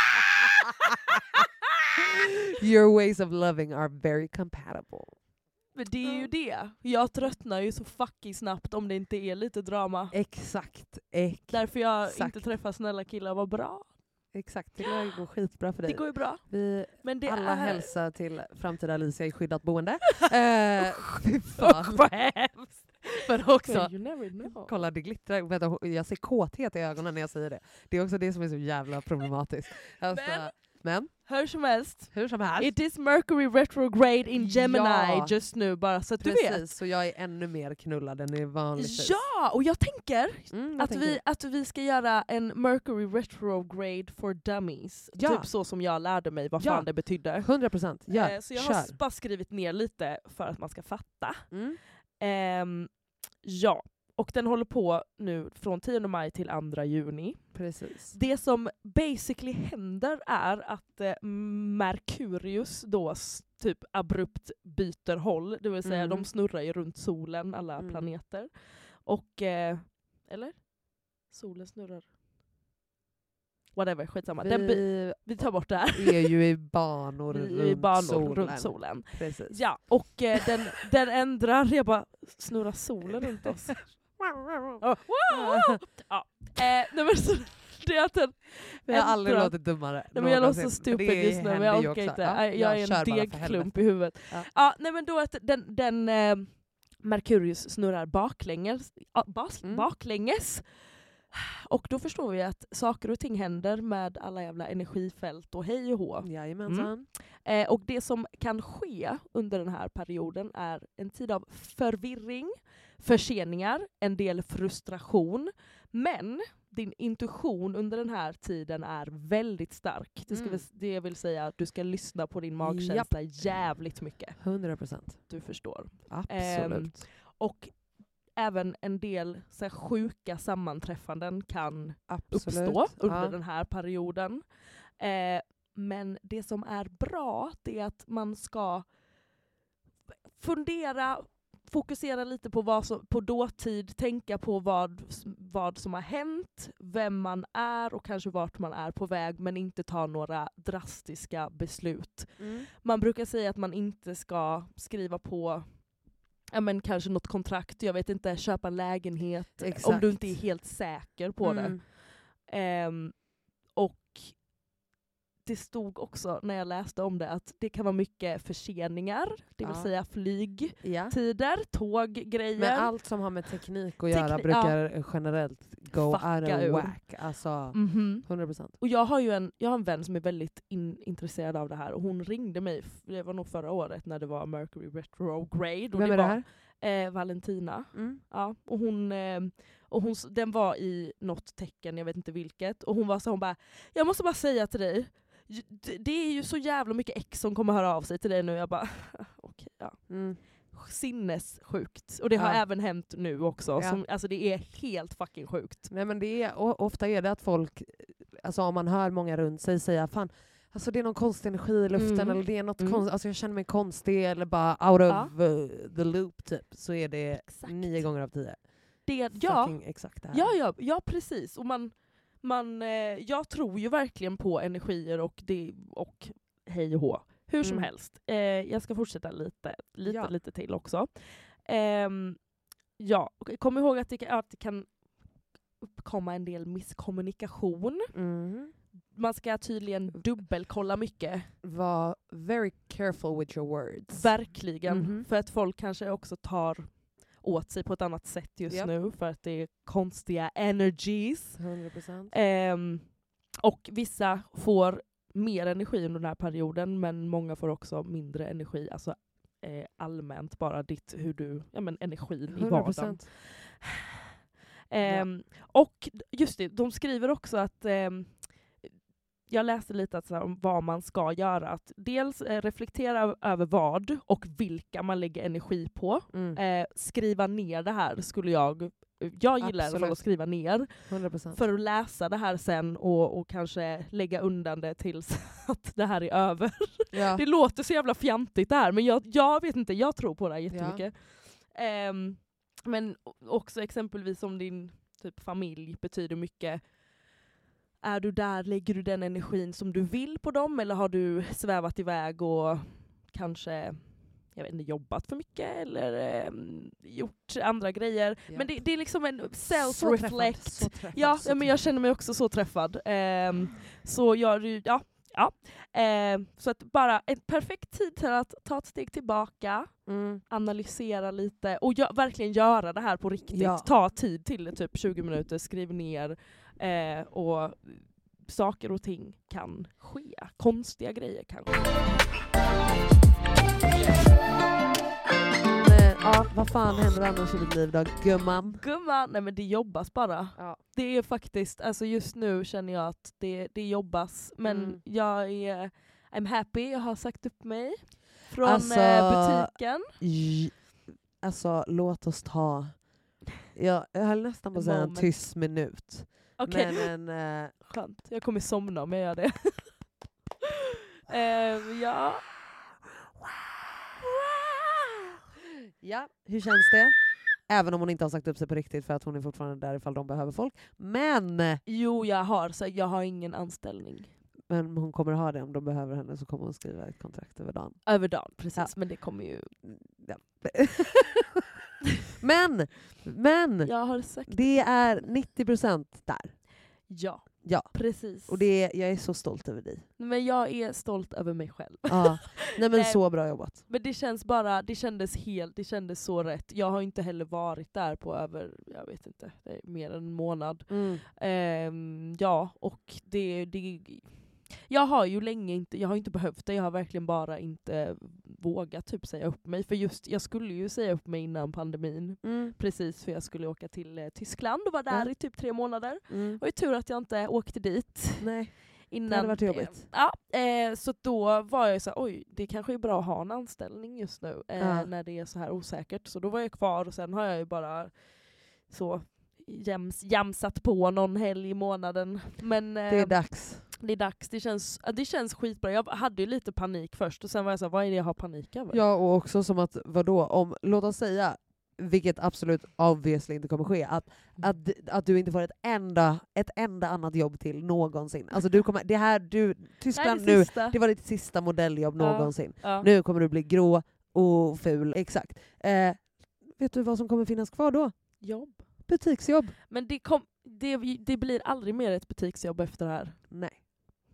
Your ways of loving are very compatible. Men det är ju det. Jag tröttnar ju så fucking snabbt om det inte är lite drama. Exakt. Därför jag inte träffar snälla killar. Vad bra. Exakt, det går skitbra för dig. Det går ju bra. Men det alla hälsa till framtida Alicia i skyddat boende. Fy fan. Vad hemskt. Men också, you never know. Kolla det glittrar. Vänta, jag ser kåthet i ögonen när jag säger det. Det är också det som är så jävla problematiskt. Alltså, men hur som helst. It It is Mercury retrograde in Gemini just nu, bara så att du vet. Precis, så jag är ännu mer knullad än i vanligtvis. Ja, och jag tänker att vi ska göra en Mercury retrograde for dummies. Typ så som jag lärde mig vad fan det betydde. 100%. Så jag har bara skrivit ner lite för att man ska fatta. Ja. Och den håller på nu från 10 maj till 2 juni. Precis. Det som basically händer är att Merkurius då typ abrupt byter håll. Det vill säga de snurrar ju runt solen, alla planeter. Och, eller? Solen snurrar. Whatever, skitsamma. Vi tar bort det här. Vi är ju i banor, runt solen. Precis. Ja, och den ändrar, jag bara snurrar solen runt oss. Men så det är att den jag har aldrig låtit dummare. Nej, men jag låter så stupid just nu, men jag orkar inte. Jag är en degklump i huvudet. Nej, men då att den Merkurius snurrar baklänges. Och då förstår vi att saker och ting händer med alla jävla energifält och hej och hå. Jajamensan. Och det som kan ske under den här perioden är en tid av förvirring, förseningar, en del frustration. Men din intuition under den här tiden är väldigt stark. Det vill säga att du ska lyssna på din magkänsla jävligt mycket. 100%. Du förstår. Absolut. Och även en del så här, sjuka sammanträffanden kan uppstå under den här perioden. Men det som är bra, det är att man ska fokusera lite på på dåtid, tänka på vad som har hänt, vem man är och kanske vart man är på väg, men inte ta några drastiska beslut. Man brukar säga att man inte ska skriva på kanske något kontrakt, jag vet inte, köpa en lägenhet. Exakt. Om du inte är helt säker på det. Och det stod också när jag läste om det att det kan vara mycket förseningar, det vill säga flygtider, tåggrejer. Men allt som har med teknik att göra brukar generellt go out of whack. Alltså 100%. Och jag har en vän som är väldigt intresserad av det här och hon ringde mig, det var nog förra året när det var Mercury retrograde. Och vem är det här? Valentina. Ja, och den var i något tecken, jag vet inte vilket. Och hon var så, hon bara, jag måste bara säga till dig, det är ju så jävla mycket ex som kommer höra av sig till dig nu. Jag bara, okej, ja. Sinnessjukt. Och det har även hänt nu också. Ja. Alltså det är helt fucking sjukt. Nej, men ofta är det att folk, alltså om man hör många runt sig säga, fan, alltså det är någon konstig energi i luften eller det är något konstigt, alltså jag känner mig konstig eller bara out of the loop typ, så är det 9 gånger av 10. Exakt det här. Ja, precis. Och jag tror ju verkligen på energier och hej och hå. Hur som helst. Jag ska fortsätta lite till också. Kom ihåg att det kan uppkomma en del misskommunikation. Man ska tydligen dubbelkolla mycket. Var very careful with your words. Verkligen. För att folk kanske också tar åt sig på ett annat sätt just nu. För att det är konstiga energies. 100%. Och vissa får mer energi under den här perioden. Men många får också mindre energi. Alltså allmänt bara energin i vardagen. Och just det, de skriver också att jag läste lite om vad man ska göra. Att dels reflektera över vad och vilka man lägger energi på. Skriva ner det här skulle jag gillar i alla fall att skriva ner. 100%. För att läsa det här sen och kanske lägga undan det tills att det här är över. Ja. Det låter så jävla fjantigt det här, men jag vet inte, jag tror på det här jättemycket. Men också exempelvis om din typ familj betyder mycket. Är du där, lägger du den energin som du vill på dem, eller har du svävat iväg och kanske jobbat för mycket eller gjort andra grejer. Ja. Men det är liksom en self-reflect. Men jag känner mig också så träffad. Så så att bara en perfekt tid till att ta ett steg tillbaka, analysera lite och verkligen göra det här på riktigt. Ja. Ta tid till det, typ 20 minuter, skriv ner och saker och ting kan ske. Konstiga grejer kan ske. Vad fan händer annars i ditt liv då, gumman? Nej men det jobbas bara. Ja. Det är faktiskt, alltså just nu känner jag att det jobbas. Men I'm happy, jag har sagt upp mig från butiken. Alltså låt oss ta, jag höll nästan på att säga en tyst minut. Okay. Men skönt, jag kommer somna om jag gör det. Ja, hur känns det? Även om hon inte har sagt upp sig på riktigt för att hon är fortfarande där ifall de behöver folk. Men jo, jag har ingen anställning. Men hon kommer ha det, om de behöver henne så kommer hon skriva ett kontrakt över dagen. Över dagen, precis. Ja. Men det kommer ju... Ja. men jag har sagt det är 90% där. Ja, precis. Och jag är så stolt över dig. Men jag är stolt över mig själv. Ja. Nej men så bra jobbat. Men det kändes så rätt. Jag har inte heller varit där på över, jag vet inte, det är mer än en månad. Och jag har ju jag har inte behövt det. Jag har verkligen bara inte vågat typ säga upp mig. För just, jag skulle ju säga upp mig innan pandemin. Precis, för jag skulle åka till Tyskland och vara där i typ 3 månader. Och det är tur att jag inte åkte dit. Nej, innan, det hade varit jobbigt. Så då var jag så här, oj, det kanske är bra att ha en anställning just nu. När det är så här osäkert. Så då var jag kvar och sen har jag ju bara så jamsat på någon helg i månaden. Men det är dags. Det är dags. Det känns skitbra. Jag hade ju lite panik först och sen var jag så här, vad är det jag har panik över? Ja, och också som att, låt oss säga, vilket absolut obviously inte kommer ske, att du inte får ett enda annat jobb till någonsin. Alltså Tyskland nu, det var ditt sista modelljobb någonsin. Ja. Nu kommer du bli grå och ful. Exakt. Vet du vad som kommer finnas kvar då? Jobb. Butiksjobb. Men det blir aldrig mer ett butiksjobb efter det här. Nej.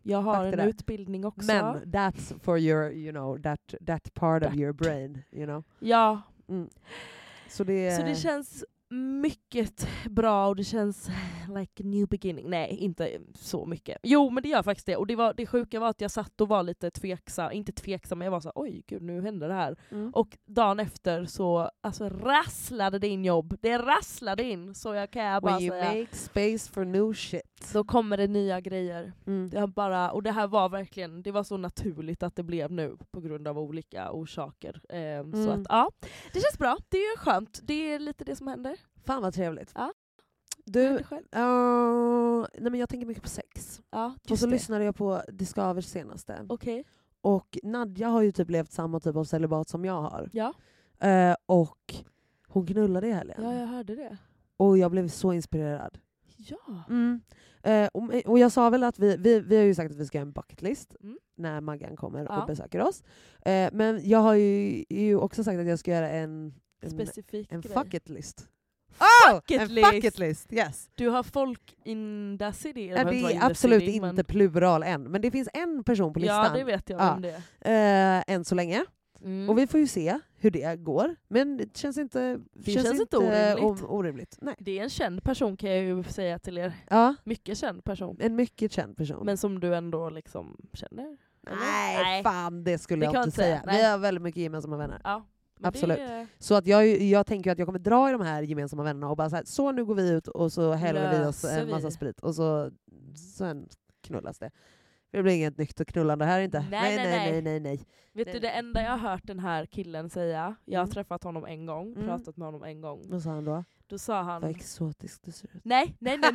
Jag har Fuck en det där. utbildning också. Men that's for your, you know, that part of your brain, you know. Ja. Så det känns mycket bra och det känns like a new beginning. Nej, inte så mycket. Jo, men det gör faktiskt det. Och det sjuka var att jag satt och var lite tveksam. Inte tveksam, men jag var så oj gud, nu händer det här. Och dagen efter så alltså, rasslade det in jobb. Det rasslade in. Så jag kan bara when you säga. make space for new shit. Så kommer det nya grejer. Och det här var verkligen, det var så naturligt att det blev nu på grund av olika orsaker. Så att ja, det känns bra. Det är ju skönt. Det är lite det som händer. Fan vad trevligt. Ja. Du, nej men jag tänker mycket på sex. Ja, och så lyssnade jag på Discovers senaste. Okej. Och Nadja har ju typ levt samma typ av celibat som jag har. Ja. Och hon knullade i helgen. Ja, jag hörde det. Och jag blev så inspirerad. Ja. Och jag sa väl att vi har ju sagt att vi ska göra en bucketlist när Maggan kommer och besöker oss. Men jag har ju också sagt att jag ska göra en specifik en grej. fucketlist. Bucket en list. bucket list, yes. Du har folk in the city? Det är absolut inte plural än, men det finns en person på listan. Ja, det vet jag vem det är. Än så länge. Och vi får ju se hur det går. Men det känns inte orimligt. Nej. Det är en känd person kan jag ju säga till er. Ja. Mycket känd person. En mycket känd person. Men som du ändå liksom känner? Nej, fan det skulle jag inte säga. Vi har väldigt mycket gemensamma vänner. Ja. Absolut. Så att jag tänker att jag kommer dra i de här gemensamma vännerna och bara så nu går vi ut och så häller vi oss en massa sprit och så sen knullas det. Det blir inget nytt och knullande här inte. Nej. Vet du, det enda jag har hört den här killen säga, jag har träffat honom en gång, pratat med honom en gång. Vad sa han då? Då sa han... Vad exotiskt det ser ut. Nej.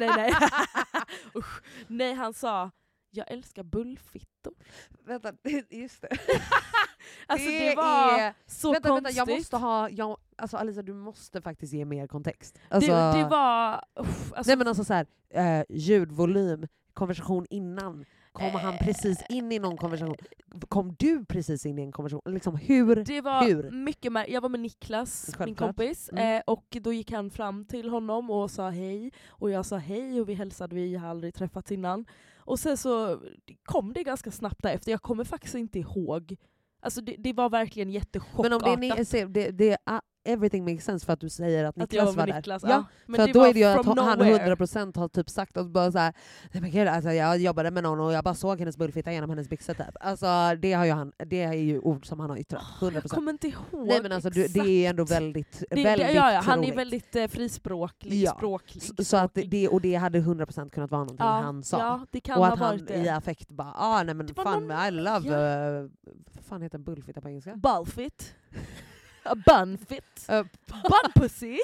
Usch. Nej, han sa, jag älskar bullfittor. Vänta, just det. Alltså det var så konstigt. Vänta, jag måste ha... alltså Alisa, du måste faktiskt ge mer kontext. Alltså, det var... nej men alltså så här, ljudvolym, konversation innan. Kom han precis in i någon konversation? Kom du precis in i en konversation? Liksom, hur? Det var mycket jag var med Niklas, min kompis, och då gick han fram till honom och sa hej. Och jag sa hej och vi hälsade, vi har aldrig träffats innan. Och sen så kom det ganska snabbt därefter. Jag kommer faktiskt inte ihåg. Alltså det var verkligen jättechockartat. Men om everything makes sense för att du säger att Niklas var där. Niklas, ja. Men för att då är det ju att han 100% har typ sagt och bara såhär, nej men gud, alltså jag jobbade med någon och jag bara såg hennes bullfitta genom hennes byxor typ. Alltså det är ju ord som han har yttrat. 100%. Jag kommer inte ihåg. Nej men alltså det är ändå väldigt han är väldigt frispråklig, språklig. Så att det hade 100% kunnat vara någonting han sa. Ja, det kan och ha att varit han det. i affekt bara, nej men fan I love vad fan heter en bullfitta på engelska? Bullfit. A bunfit. Bunpussy.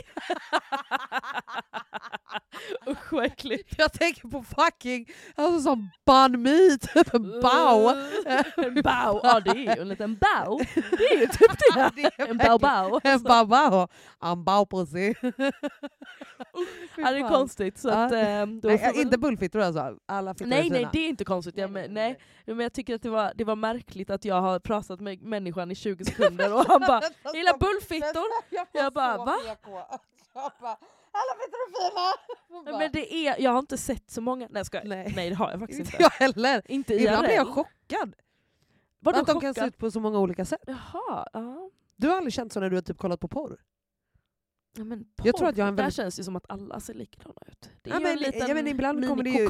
Usch vad äckligt. Jag tänker på fucking alltså som bun meat. En bow. En bow. Ja det är ju en liten bow. Det är ju typ det. En bow. En bow. En bow-pussy. Ja det är konstigt. Så att, inte bullfittor alltså. Alla fittor nej det är inte konstigt. Men jag tycker att det var märkligt att jag har pratat med människan i 20 sekunder och han bara gillar bullfittor. Jag bara va? Alla fittor är fina. Men det är, jag har inte sett så många. Nej det har jag faktiskt inte. Jag heller. Inte ibland blir jag chockad. Vadå att de kan se ut på så många olika sätt. Jaha, ja. Du har aldrig känt så när du har typ kollat på porr? Ja, men porr, jag tror att jag en där känns det som att alla ser likadana ut. Det är en liten ibland kommer det ju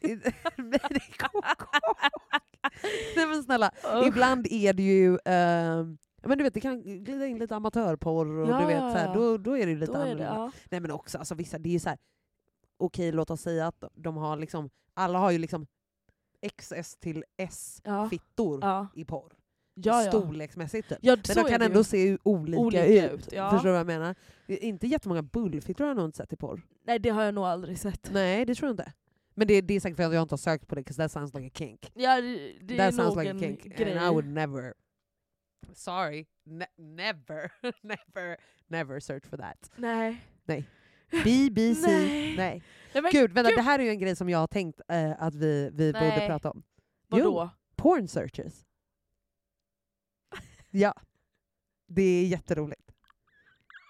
nej men snälla, ibland är det ju men du vet det kan glida in lite amatörporr och du vet så här, då är det ju lite annorlunda. Nej men också alltså vissa det är ju så här okej, låt oss säga att de har liksom alla har ju liksom XS till S fittor i porr. Storleksmässigt typ. Ja, men de kan ändå se olika ut. Ja. Förstår du vad jag menar? Inte jättemånga bullfittor har jag nog inte sett i porr. Nej, det har jag nog aldrig sett. Nej, det tror jag inte. Men det är säkert för att jag inte har sökt på det, 'cause that sounds like a kink. Ja, det är nog like en a kink. grej. And I would never. Sorry. Never search for that. Nej. BBC. Nej. Gud, vänta, det här är ju en grej som jag har tänkt att vi borde prata om. Vadå? Porn searches. Ja. Det är jätteroligt.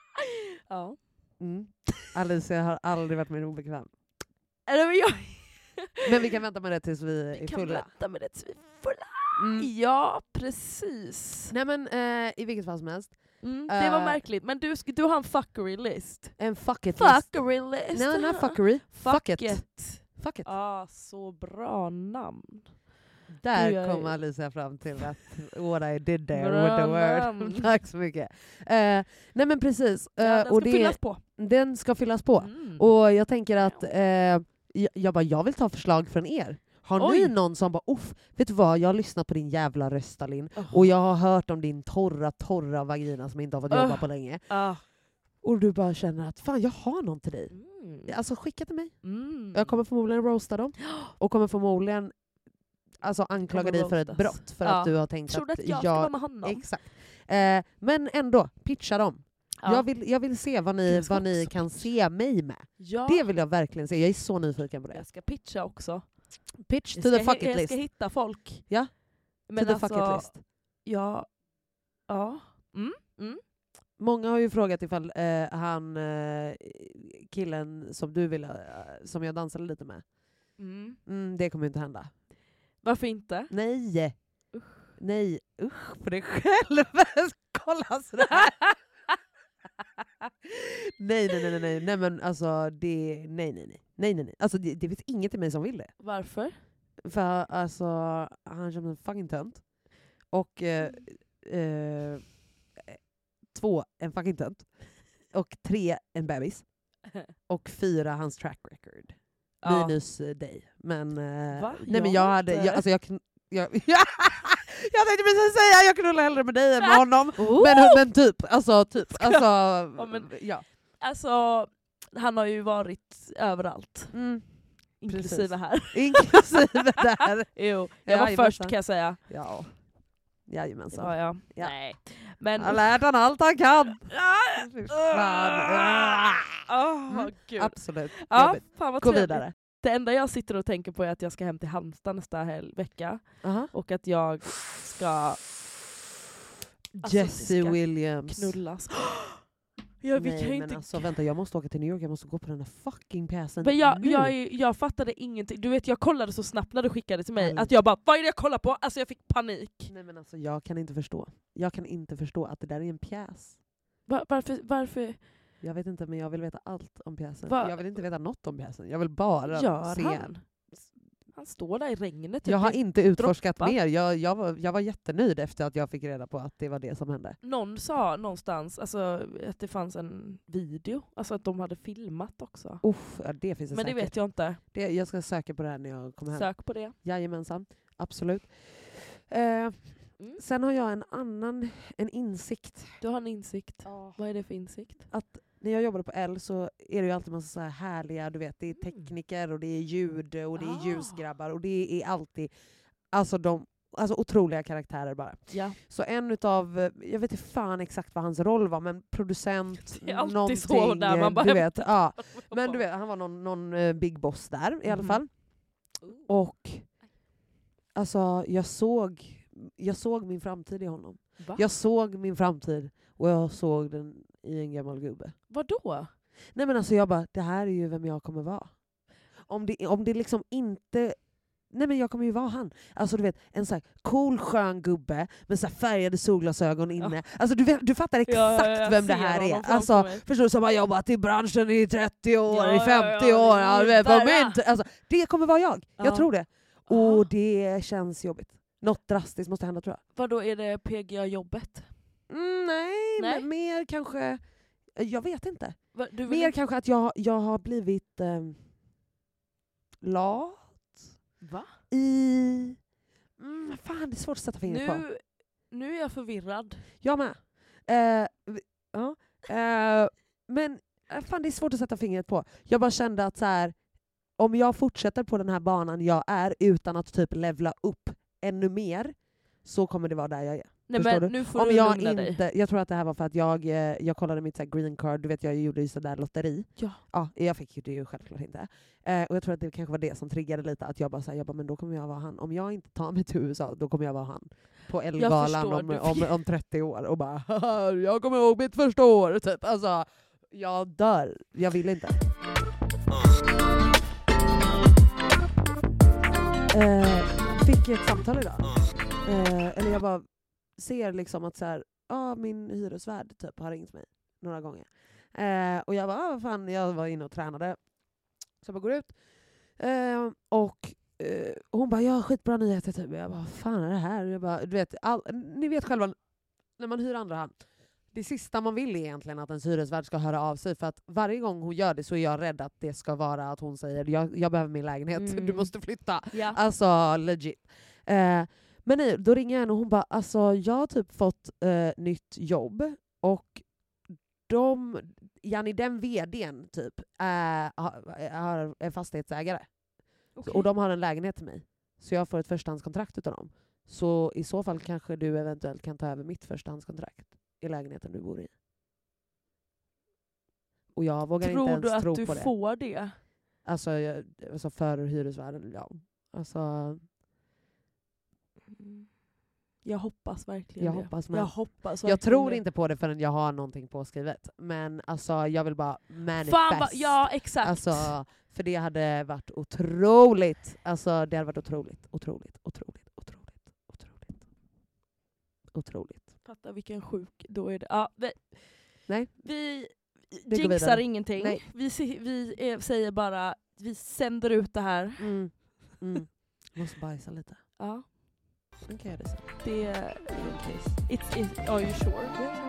Ja. Alice, jag har aldrig varit mer obekväm. Men vi kan vänta med det tills vi är kan fulla. vänta med det tills vi är fulla. Ja, precis. Nej men i vilket fall som helst. Det var märkligt. Men du har en fuckery-list. En fuck it list. Fuckery-list. Nej, not fuckery. Fuck it. Fuck it. Så bra namn. Där kom Alicia fram till att what I did there with the word. Tack så mycket. Nej men precis. Den ska fyllas på. Den ska fyllas på. Och jag tänker att jag vill ta förslag från er. Har ni någon som bara, vet du vad, jag har lyssnat på din jävla röst, Alin. Och jag har hört om din torra vagina som inte har fått jobba på länge. Och du bara känner att fan, jag har någon till dig. Alltså skicka till mig. Jag kommer förmodligen roasta dem. Och kommer förmodligen anklaga dig för ett brott. För att du har tänkt att jag ska vara med honom. Exakt. Men ändå, pitcha dem. Jag vill se vad ni kan se mig med. Det vill jag verkligen se. Jag är så nyfiken på det. Jag ska pitcha också. Pitch to the fuck it list. Jag ska hitta folk. Ja, men to the fuck it list. Ja. Många har ju frågat ifall han killen som du ville, som jag dansade lite med. Det kommer inte hända. Varför inte? Nej. Nej, usch på dig själv. Kolla sådär. Nej men alltså det nej. Alltså det finns inget i mig som vill det. Varför? För alltså han känner en fucking tönt. Och 2 en fucking tönt. Och 3 en bebis. Och 4 hans track record. Minus dig. Men nej men jag tänkte precis säga jag knullar hellre med dig än med honom. Men typ. Alltså han har ju varit överallt. Inklusive här. Inklusive där. Jo, jag var först kan jag säga. Ja. Jajamensan. Ja. Nej. Men han lärde han allt han kan. Gud. Absolut. Fan vad gå vidare. Det enda jag sitter och tänker på är att jag ska hem till Halmstad nästa vecka. Och att jag ska Jesse Williams knullas. Vänta, jag måste åka till New York. Jag måste gå på den här fucking pjäsen. Men jag fattade ingenting. Du vet, jag kollade så snabbt när du skickade till mig att jag bara, vad är det jag kollar på? Alltså jag fick panik. Nej men alltså jag kan inte förstå att det där är en pjäs. Varför? Jag vet inte, men jag vill veta allt om pjäsen. Jag vill inte veta något om pjäsen. Jag vill bara se. Han står där i regnet. Jag har inte utforskat mer. Jag var jättenöjd efter att jag fick reda på att det var det som hände. Någon sa någonstans att det fanns en video. Alltså att de hade filmat också. Det finns det men säkert. Det vet jag inte. Jag ska söka på det här när jag kommer hem. Sök på det. Jajamensan, absolut. Sen har jag en insikt. Du har en insikt. Vad är det för insikt? Att när jag jobbade på L så är det ju alltid massa så här härliga, du vet, det är tekniker och det är ljud och det är ljusgrabbar och det är alltid otroliga karaktärer bara. Ja. Så en utav, jag vet inte fan exakt vad hans roll var, men producent, det är alltid någonting, så där man bara du vet, men du vet, han var någon big boss där i alla fall. Och alltså jag såg min framtid i honom. Va? Jag såg min framtid och jag såg den i en gammal gubbe. Vadå? Nej men alltså jag bara, det här är ju vem jag kommer vara. Om det liksom inte... Nej men jag kommer ju vara han. Alltså du vet, en sån här cool skön gubbe med så här färgade solglasögon inne. Alltså du fattar exakt vem det här är. Alltså förstår du, som har jobbat i branschen i 30 år, i 50 år. Du vet, alltså, det kommer vara jag. Jag tror det. Och det känns jobbigt. Något drastiskt måste hända, tror jag. Vadå, är det PGA-jobbet? Nej, men mer kanske... Jag vet inte. Mer kanske att jag har blivit lat. Va? Fan, det är svårt att sätta fingret på. Nu är jag förvirrad. Jag med. Men fan, det är svårt att sätta fingret på. Jag bara kände att så här, om jag fortsätter på den här banan jag är utan att typ levla upp ännu mer, så kommer det vara där jag är. Nej, men nu får du lugna dig. Jag tror att det här var för att jag kollade mitt så här green card. Du vet, jag gjorde ju sådär lotteri. Ja, jag fick ju det ju självklart inte. Och jag tror att det kanske var det som triggade lite. Att jag bara, men då kommer jag vara han. Om jag inte tar mig till USA, då kommer jag vara han. På Elgalan om 30 år. Och bara, jag kommer ihåg mitt första år. Typ. Alltså, jag dör. Jag vill inte. Fick ett samtal idag. Eller jag bara ser liksom att så här, min hyresvärd typ har ringt mig några gånger. Och jag bara, vad fan, jag var inne och tränade. Så jag bara går ut. Och hon bara, ja, skitbra nyheter typ. Jag bara, vad fan är det här? Jag bara, du vet, ni vet själva, när man hyr andra hand, det sista man vill är egentligen att ens hyresvärd ska höra av sig, för att varje gång hon gör det så är jag rädd att det ska vara att hon säger, jag behöver min lägenhet, du måste flytta. Yeah. Alltså legit. Men nej, då ringer jag henne och hon bara, alltså jag har typ fått nytt jobb och den vdn typ är fastighetsägare. Okay. Och de har en lägenhet till mig. Så jag får ett förstahandskontrakt utav dem. Så i så fall kanske du eventuellt kan ta över mitt förstahandskontrakt i lägenheten du bor i. Och jag vågar inte ens tro på det. Tror du att du får det? Alltså för hyresvärden, ja. Alltså... Jag hoppas verkligen jag hoppas verkligen jag tror inte på det förrän jag har någonting påskrivet. Men alltså jag vill bara manifest. Ja, exakt. Alltså, för det hade varit otroligt. Alltså det hade varit otroligt. Fatta vilken sjuk, då är det. Ja, vi jinxar ingenting. Nej. Vi säger bara, vi sänder ut det här. Måste bajsa lite. Ja. Sen kan jag det sen. Are you sure?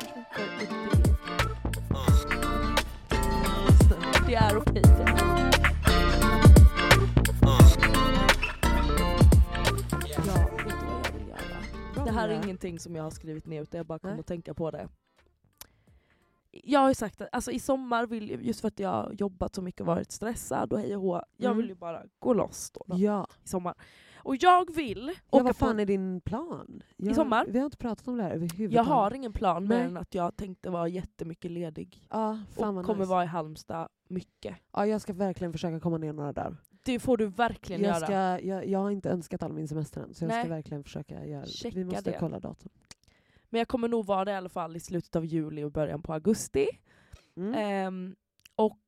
Det är okej. Ja, vet du vad jag vill göra? Det här är ingenting som jag har skrivit ner, utan jag bara kommer att tänka på det. Jag har ju sagt att alltså, i sommar just för att jag har jobbat så mycket och varit stressad och hej och hå, jag vill ju bara gå loss då i sommar. Och jag vill åka vad fan är din plan? I sommar? Vi har inte pratat om det här överhuvudtaget. Jag har ingen plan mer än att jag tänkte vara jättemycket ledig. Ja, fan och kommer vara i Halmstad mycket. Ja, jag ska verkligen försöka komma ner några dagar. Det får du verkligen göra. Jag har inte önskat all min semester än, så jag ska verkligen försöka göra det. Vi måste kolla datum. Men jag kommer nog vara det i alla fall i slutet av juli och början på augusti. Och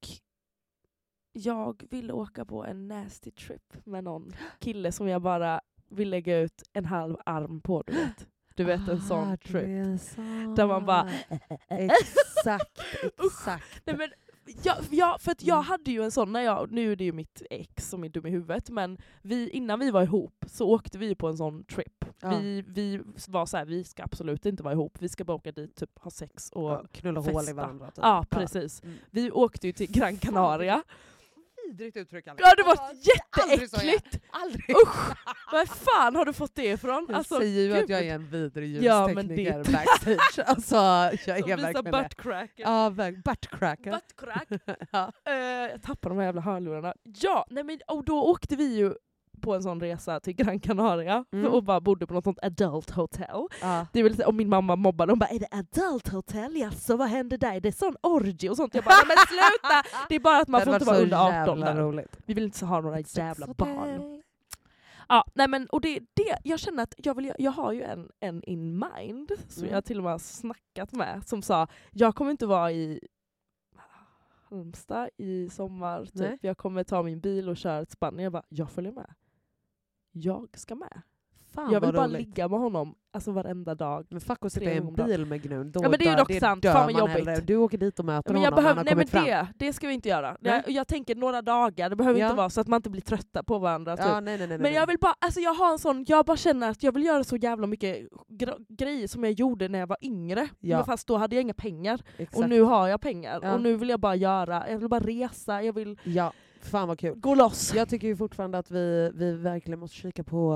jag vill åka på en nasty trip med någon kille som jag bara vill lägga ut en halv arm på, du vet. Du vet, en sån trip. Där man bara... Exakt. Nej, men för att jag hade ju en sån nu är det ju mitt ex som är dum i huvudet, men innan vi var ihop så åkte vi på en sån trip. Ja. Vi var så här, vi ska absolut inte vara ihop. Vi ska bara åka dit, typ ha sex och knulla festa. Hål i varandra. Typ. Ja, precis. Vi åkte ju till Gran Canaria. Vidrigt uttryck. Ja, det var jätteäckligt. Aldrig. Usch, vad fan har du fått det ifrån? Jag säger ju att jag är en vidrig ljustekniker backstage. Alltså, jag är verkligen det. Buttcrack. Ja, buttcrack. Ja. Jag tappade de här jävla hörlurarna. Ja, nej men, och då åkte vi ju på en sån resa till Gran Canaria och bara bodde på något sånt adult hotel. Det är väl, och min mamma mobbade, hon bara, är det adult hotel? Ja, så vad händer där? Det är sån orgy och sånt. Jag bara, men sluta! Det är bara att man får inte vara under 18 där. Vi vill inte ha några jävla barn. Ja, nej men, och det jag känner att jag har ju en in mind som jag till och med har snackat med, som sa, jag kommer inte vara i Halmstad i sommar typ. Jag kommer ta min bil och köra till Spanien. Jag bara, jag följer med. Jag ska med. Fan, jag vill bara ligga med honom alltså varenda dag. Men fuck att sitta i en bil med Gnun. Ja, men det är ju dock sant. Fan vad jobbigt. Hellre. Du åker dit och möter men honom. Men det ska vi inte göra. Jag tänker några dagar. Det behöver inte vara så att man inte blir trötta på varandra. Typ. Ja, nej. Men jag vill bara, alltså jag har en sån, jag bara känner att jag vill göra så jävla mycket grejer som jag gjorde när jag var yngre. Men fast då hade jag inga pengar. Exakt. Och nu har jag pengar. Och nu vill jag bara jag vill bara resa. Jag vill... Ja. Fan vad kul. Gå loss. Jag tycker ju fortfarande att vi verkligen måste kika på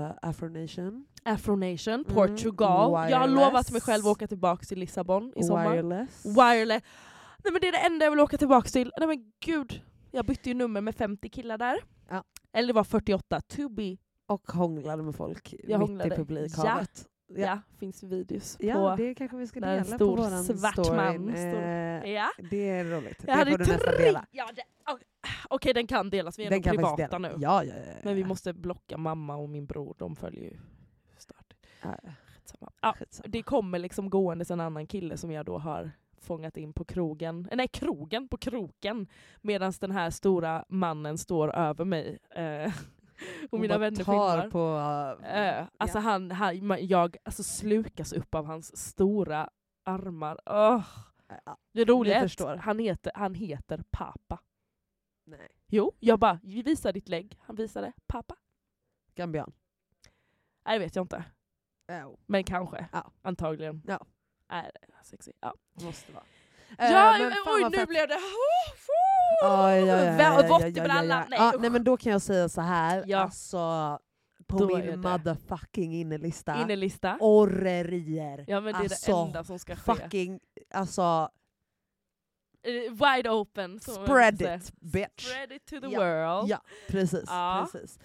Afronation, Portugal. Wireless. Jag har lovat mig själv att åka tillbaka till Lissabon i sommar. Wireless. Nej, men det är det enda jag vill åka tillbaka till. Nej men gud. Jag bytte ju nummer med 50 killar där. Ja. Eller det var 48. To be. Och hånglade med folk mitt i publikhavet. Ja, finns videos på. Ja, det kanske vi ska dela på våran svart story. Man. Det är roligt. Jag det får du nästan dela. Okej, den kan delas. Vi är privata nu. Ja. Men vi måste blocka mamma och min bror. De följer ju stört. Det kommer liksom gående en annan kille som jag då har fångat in på krogen. Nej, på kroken. Medan den här stora mannen står över mig. Och mina vänner tar filmar. på... Alltså jag slukas upp av hans stora armar. Det roliga är att han heter Papa. Nej. Jo, jag bara, vi visar ditt lägg. Han visade Papa. Gambian. Nej, det vet jag inte. Men kanske. Ja. Antagligen. Ja. Nej, sexy. Ja. Måste vara. Nu blev det... Nej, men då kan jag säga så här. Ja. Alltså, på Då min motherfucking innelista. Orrerier. Ja, men det är det enda som ska ske. Fucking, alltså... Wide open. Spread it, bitch. Spread it to the world. Ja, precis. Ja. precis.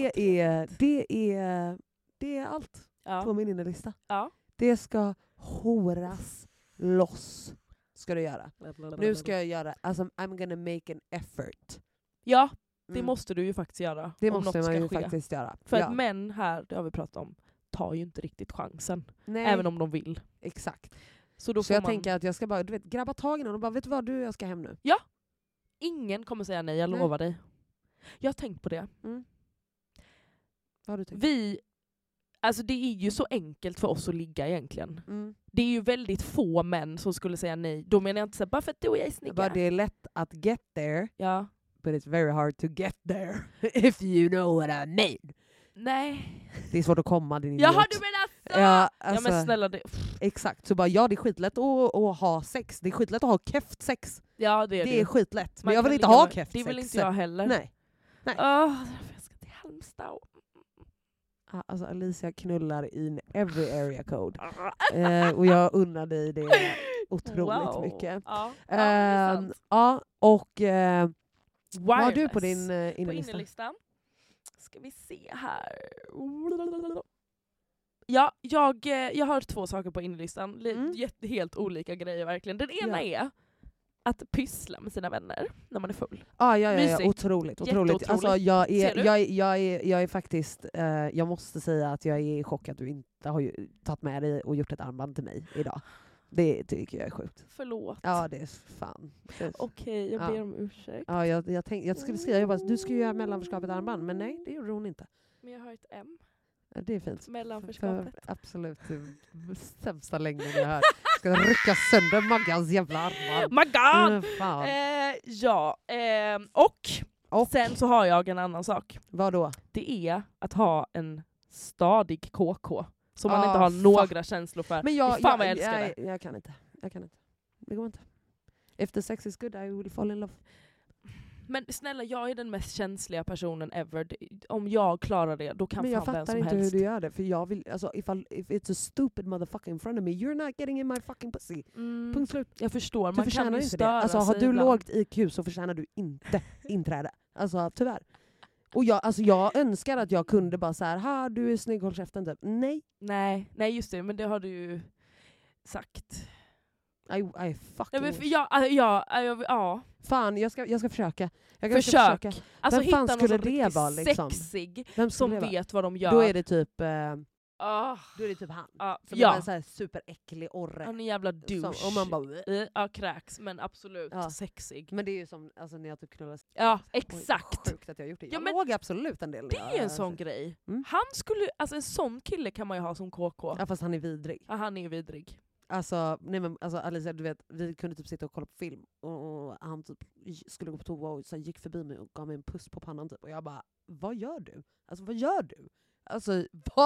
Det är allt på min innelista. Ja. Det ska horas loss. Ska du göra. Nu ska jag göra, alltså I'm gonna make an effort. Ja, det måste du ju faktiskt göra. Det måste man ju faktiskt göra. För att män här, det har vi pratat om, tar ju inte riktigt chansen. Nej. Även om de vill. Exakt. Så jag tänker att jag ska bara, grabba tag i någon och bara, vet du vad, jag ska hem nu. Ja. Ingen kommer säga nej, jag lovar dig. Jag har tänkt på det. Vad har du tänkt? Alltså det är ju så enkelt för oss att ligga egentligen. Det är ju väldigt få män som skulle säga nej. Då menar jag inte så bara för att du och jag är snygga. Det är lätt att get there. Ja. But it's very hard to get there. If you know what I mean. Nej. Det är svårt att komma, din idiot. Jaha, du menar så! Ja, alltså, ja men snälla det. Exakt, så bara det är skitlätt att ha sex. Det är skitlätt att ha keft sex. Ja, det är skitlätt. Men jag vill inte ha keft sex. Det vill inte jag heller. Nej. Därför jag ska till Halmstad. Alltså Alicia knullar in every area code. Och jag unnar dig det otroligt mycket. Och vad har du på din innelista? Ska vi se här. Ja, jag har 2 saker på innerlistan. Helt olika grejer verkligen. Den ena är att pyssla med sina vänner när man är full. Ja, otroligt. Alltså, jag är faktiskt, jag måste säga att jag är i chock att du inte har tagit med dig och gjort ett armband till mig idag. Det tycker jag är sjukt. Förlåt. Ja, det är fan. Okej, jag ber om ursäkt. Ja, jag skulle skriva, du ska ju göra mellanförskapet armband, men nej, det gjorde hon inte. Men jag har ett M. Ja, det är fint. Mellanförskapet. Absolut, sämsta längden jag hört. Ska rycka sönder Maggans jävla armband. Maggan! Och sen så har jag en annan sak. Vad då? Det är att ha en stadig KK. Som man inte har några känslor för. Men fan vad jag älskar det. Jag kan inte. Det går inte. If the sex is good, I will fall in love. Men snälla, jag är den mest känsliga personen ever. Om jag klarar det, då kan fan vem som helst. Men jag fattar inte hur du gör det. För jag vill, alltså, if it's a stupid motherfucker in front of me, you're not getting in my fucking pussy. Punkt slut. Jag förstår, man kan ju störa det. Alltså, har du lågt IQ så förtjänar du inte inträde. Alltså tyvärr. Och jag önskar att jag kunde bara så här, du är snygg, håll käften typ. Nej, just det, men det har du ju sagt. I fucking Fan, jag ska försöka. Försök. Alltså vem fan hitta skulle någon det vara liksom? Sexig som vet vad de gör. Då är det typ då är det typ han. Som är en så här superäcklig orre. Han är en jävla douche. Och man bara kräks, men absolut sexig. Men det är ju som när jag typ knullas. Ja, exakt. Sjukt att jag har gjort det. Jag låg absolut en del. Det är en sån grej. Han skulle, alltså en sån kille kan man ju ha som KK. Ja, fast han är vidrig. Ja, han är ju vidrig. Alltså Alicia, du vet, vi kunde typ sitta och kolla på film och han typ skulle gå på toa och så gick förbi mig och gav mig en puss på pannan typ. Och jag bara, vad gör du? Alltså vad gör du? Alltså,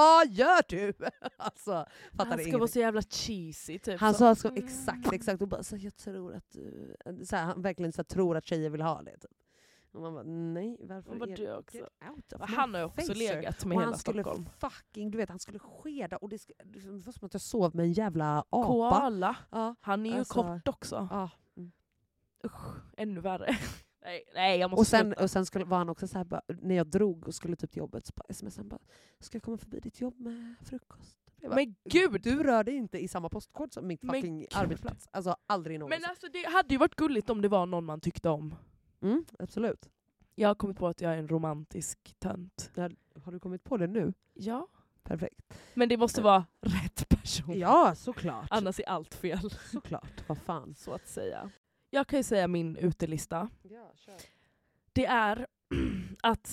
fattar han ska vara så jävla cheesy typ. Han sa exakt och bara så jag tror att så han verkligen så tror att tjejer vill ha det typ. Och man bara, nej, varför är det också? Han har ju också legat med hela Stockholm. Han skulle skeda och det var som att jag sov med en jävla apa. Koala. Ja, han är ju kort också. Ja. Usch, ännu värre. Nej, jag måste och sen var han också så här, bara, när jag drog och skulle typ till jobbet så bara sms:an bara, ska jag komma förbi ditt jobb med frukost? Bara, men gud! Du rör dig inte i samma postkod som mitt fucking arbetsplats. Alltså aldrig någonsin. Men alltså det hade ju varit gulligt om det var någon man tyckte om. Absolut. Jag har kommit på att jag är en romantisk tönt. Ja, har du kommit på det nu? Ja. Perfekt. Men det måste vara rätt person. Ja, såklart. Annars är allt fel. Såklart, vad fan. Så att säga. Jag kan ju säga min utelista. Ja, kör. Det är att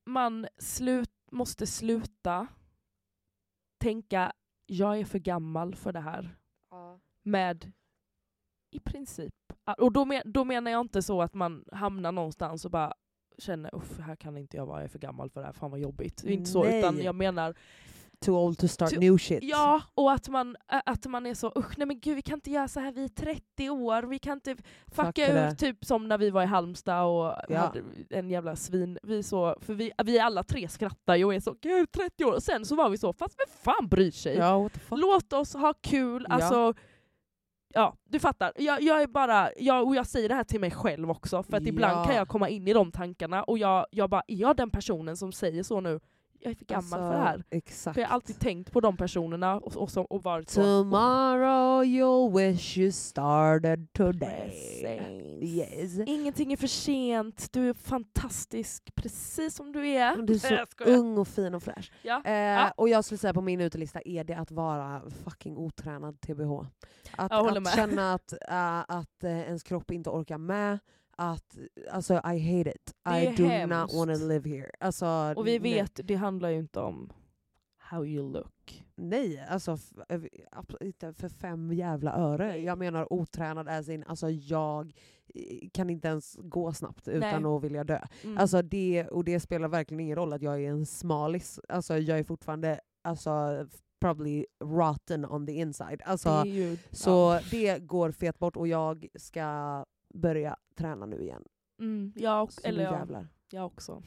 man måste sluta tänka jag är för gammal för det här. Med i princip. Och då menar jag inte så att man hamnar någonstans och bara känner här kan inte jag vara, jag är för gammal för det här, fan vad jobbigt. Inte så, utan jag menar too old to start new shit. Ja, och att man är så nej men gud, vi kan inte göra så här, vi är 30 år, vi kan inte fucka ut, typ som när vi var i Halmstad och hade en jävla svin. För vi alla tre skrattar ju och är så, gud 30 år, och sen så var vi så, fast vem fan bryr sig? Ja, what the fuck? Låt oss ha kul, alltså. Ja, du fattar. Jag är bara, och jag säger det här till mig själv också, för att ibland kan jag komma in i de tankarna och jag bara, är jag den personen som säger så nu? Jag är för gammal för det här. Exakt. För jag har alltid tänkt på de personerna och varit så. Tomorrow you'll wish you started today. Yes. Ingenting är för sent. Du är fantastisk precis som du är. Du är så ung och fin och fräsch. Ja. Och jag skulle säga på min utelista är det att vara fucking otränad TBH. Att känna att ens kropp inte orkar med. Alltså I hate it. I do not want to live here. Alltså, och vi vet, det handlar ju inte om how you look. Nej, alltså inte för 5 jävla öre. Jag menar otränad är sin, alltså jag kan inte ens gå snabbt utan att vilja dö. Alltså det spelar verkligen ingen roll att jag är en smalis. Alltså jag är fortfarande probably rotten on the inside. Alltså, det går fet bort och jag ska börja träna nu igen. Jag också.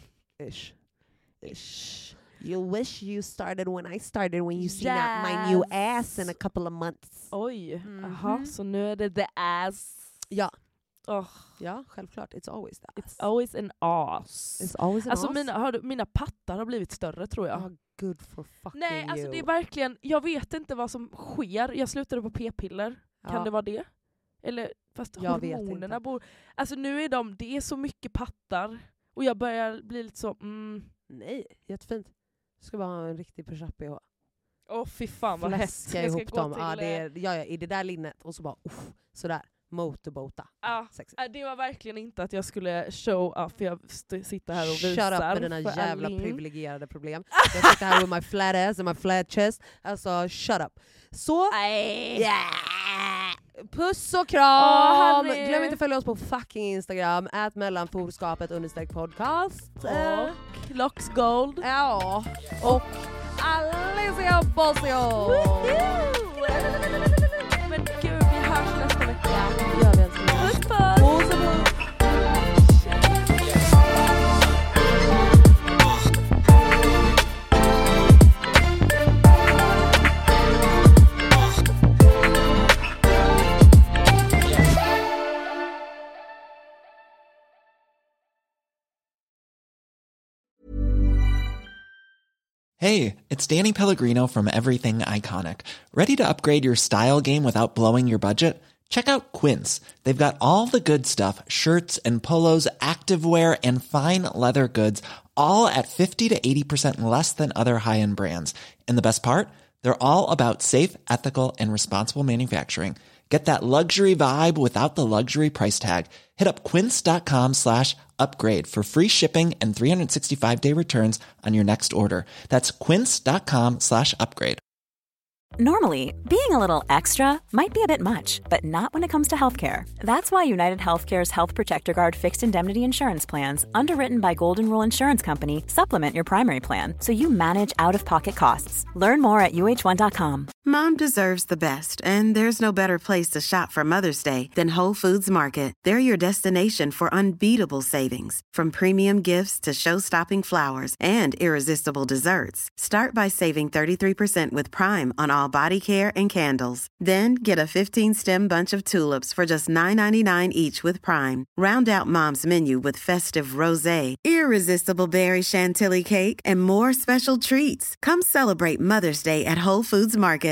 Ish. You wish you started when I started, when you see my new ass in a couple of months. Oj, så nu är det the ass. Ja. Ja, självklart. It's always that. It's always an ass. It's always an ass. Mina pattar har blivit större, tror jag. Oh, good for fucking Nej, alltså you. det är verkligen, jag vet inte vad som sker. Jag slutade på p-piller. Kan det vara det? Eller fast hormonerna bor. Alltså nu är det är så mycket pattar och jag börjar bli lite så nej, jättefint. Det ska vara en riktig push-up-bh. Fy fan vad häst. Jag ihop dem. I det där linnet och så bara sådär. Motorbota. Det var verkligen inte att jag skulle show up, för jag sitter här och visar. Shut up med dina jävla privilegierade problem. Jag sitter här med my flat ass and my flat chest. Alltså shut up. Så puss och kram! Glöm inte att följa oss på fucking Instagram @mellanforskapet_podcast och Loxgold. Ja. Och Alicia Bossio. Men gud, vi hörs nästa vecka. Gör vi älskling. Hey, it's Danny Pellegrino from Everything Iconic. Ready to upgrade your style game without blowing your budget? Check out Quince. They've got all the good stuff, shirts and polos, activewear and fine leather goods, all at 50 to 80% less than other high-end brands. And the best part? They're all about safe, ethical and responsible manufacturing. Get that luxury vibe without the luxury price tag. Hit up quince.com/upgrade for free shipping and 365-day returns on your next order. That's quince.com/upgrade. Normally, being a little extra might be a bit much, but not when it comes to healthcare. That's why United Healthcare's Health Protector Guard fixed indemnity insurance plans, underwritten by Golden Rule Insurance Company, supplement your primary plan so you manage out-of-pocket costs. Learn more at uh1.com. Mom deserves the best, and there's no better place to shop for Mother's Day than Whole Foods Market. They're your destination for unbeatable savings, from premium gifts to show-stopping flowers and irresistible desserts. Start by saving 33% with Prime on all body care and candles. Then get a 15-stem bunch of tulips for just $9.99 each with Prime. Round out Mom's menu with festive rosé, irresistible berry chantilly cake, and more special treats. Come celebrate Mother's Day at Whole Foods Market.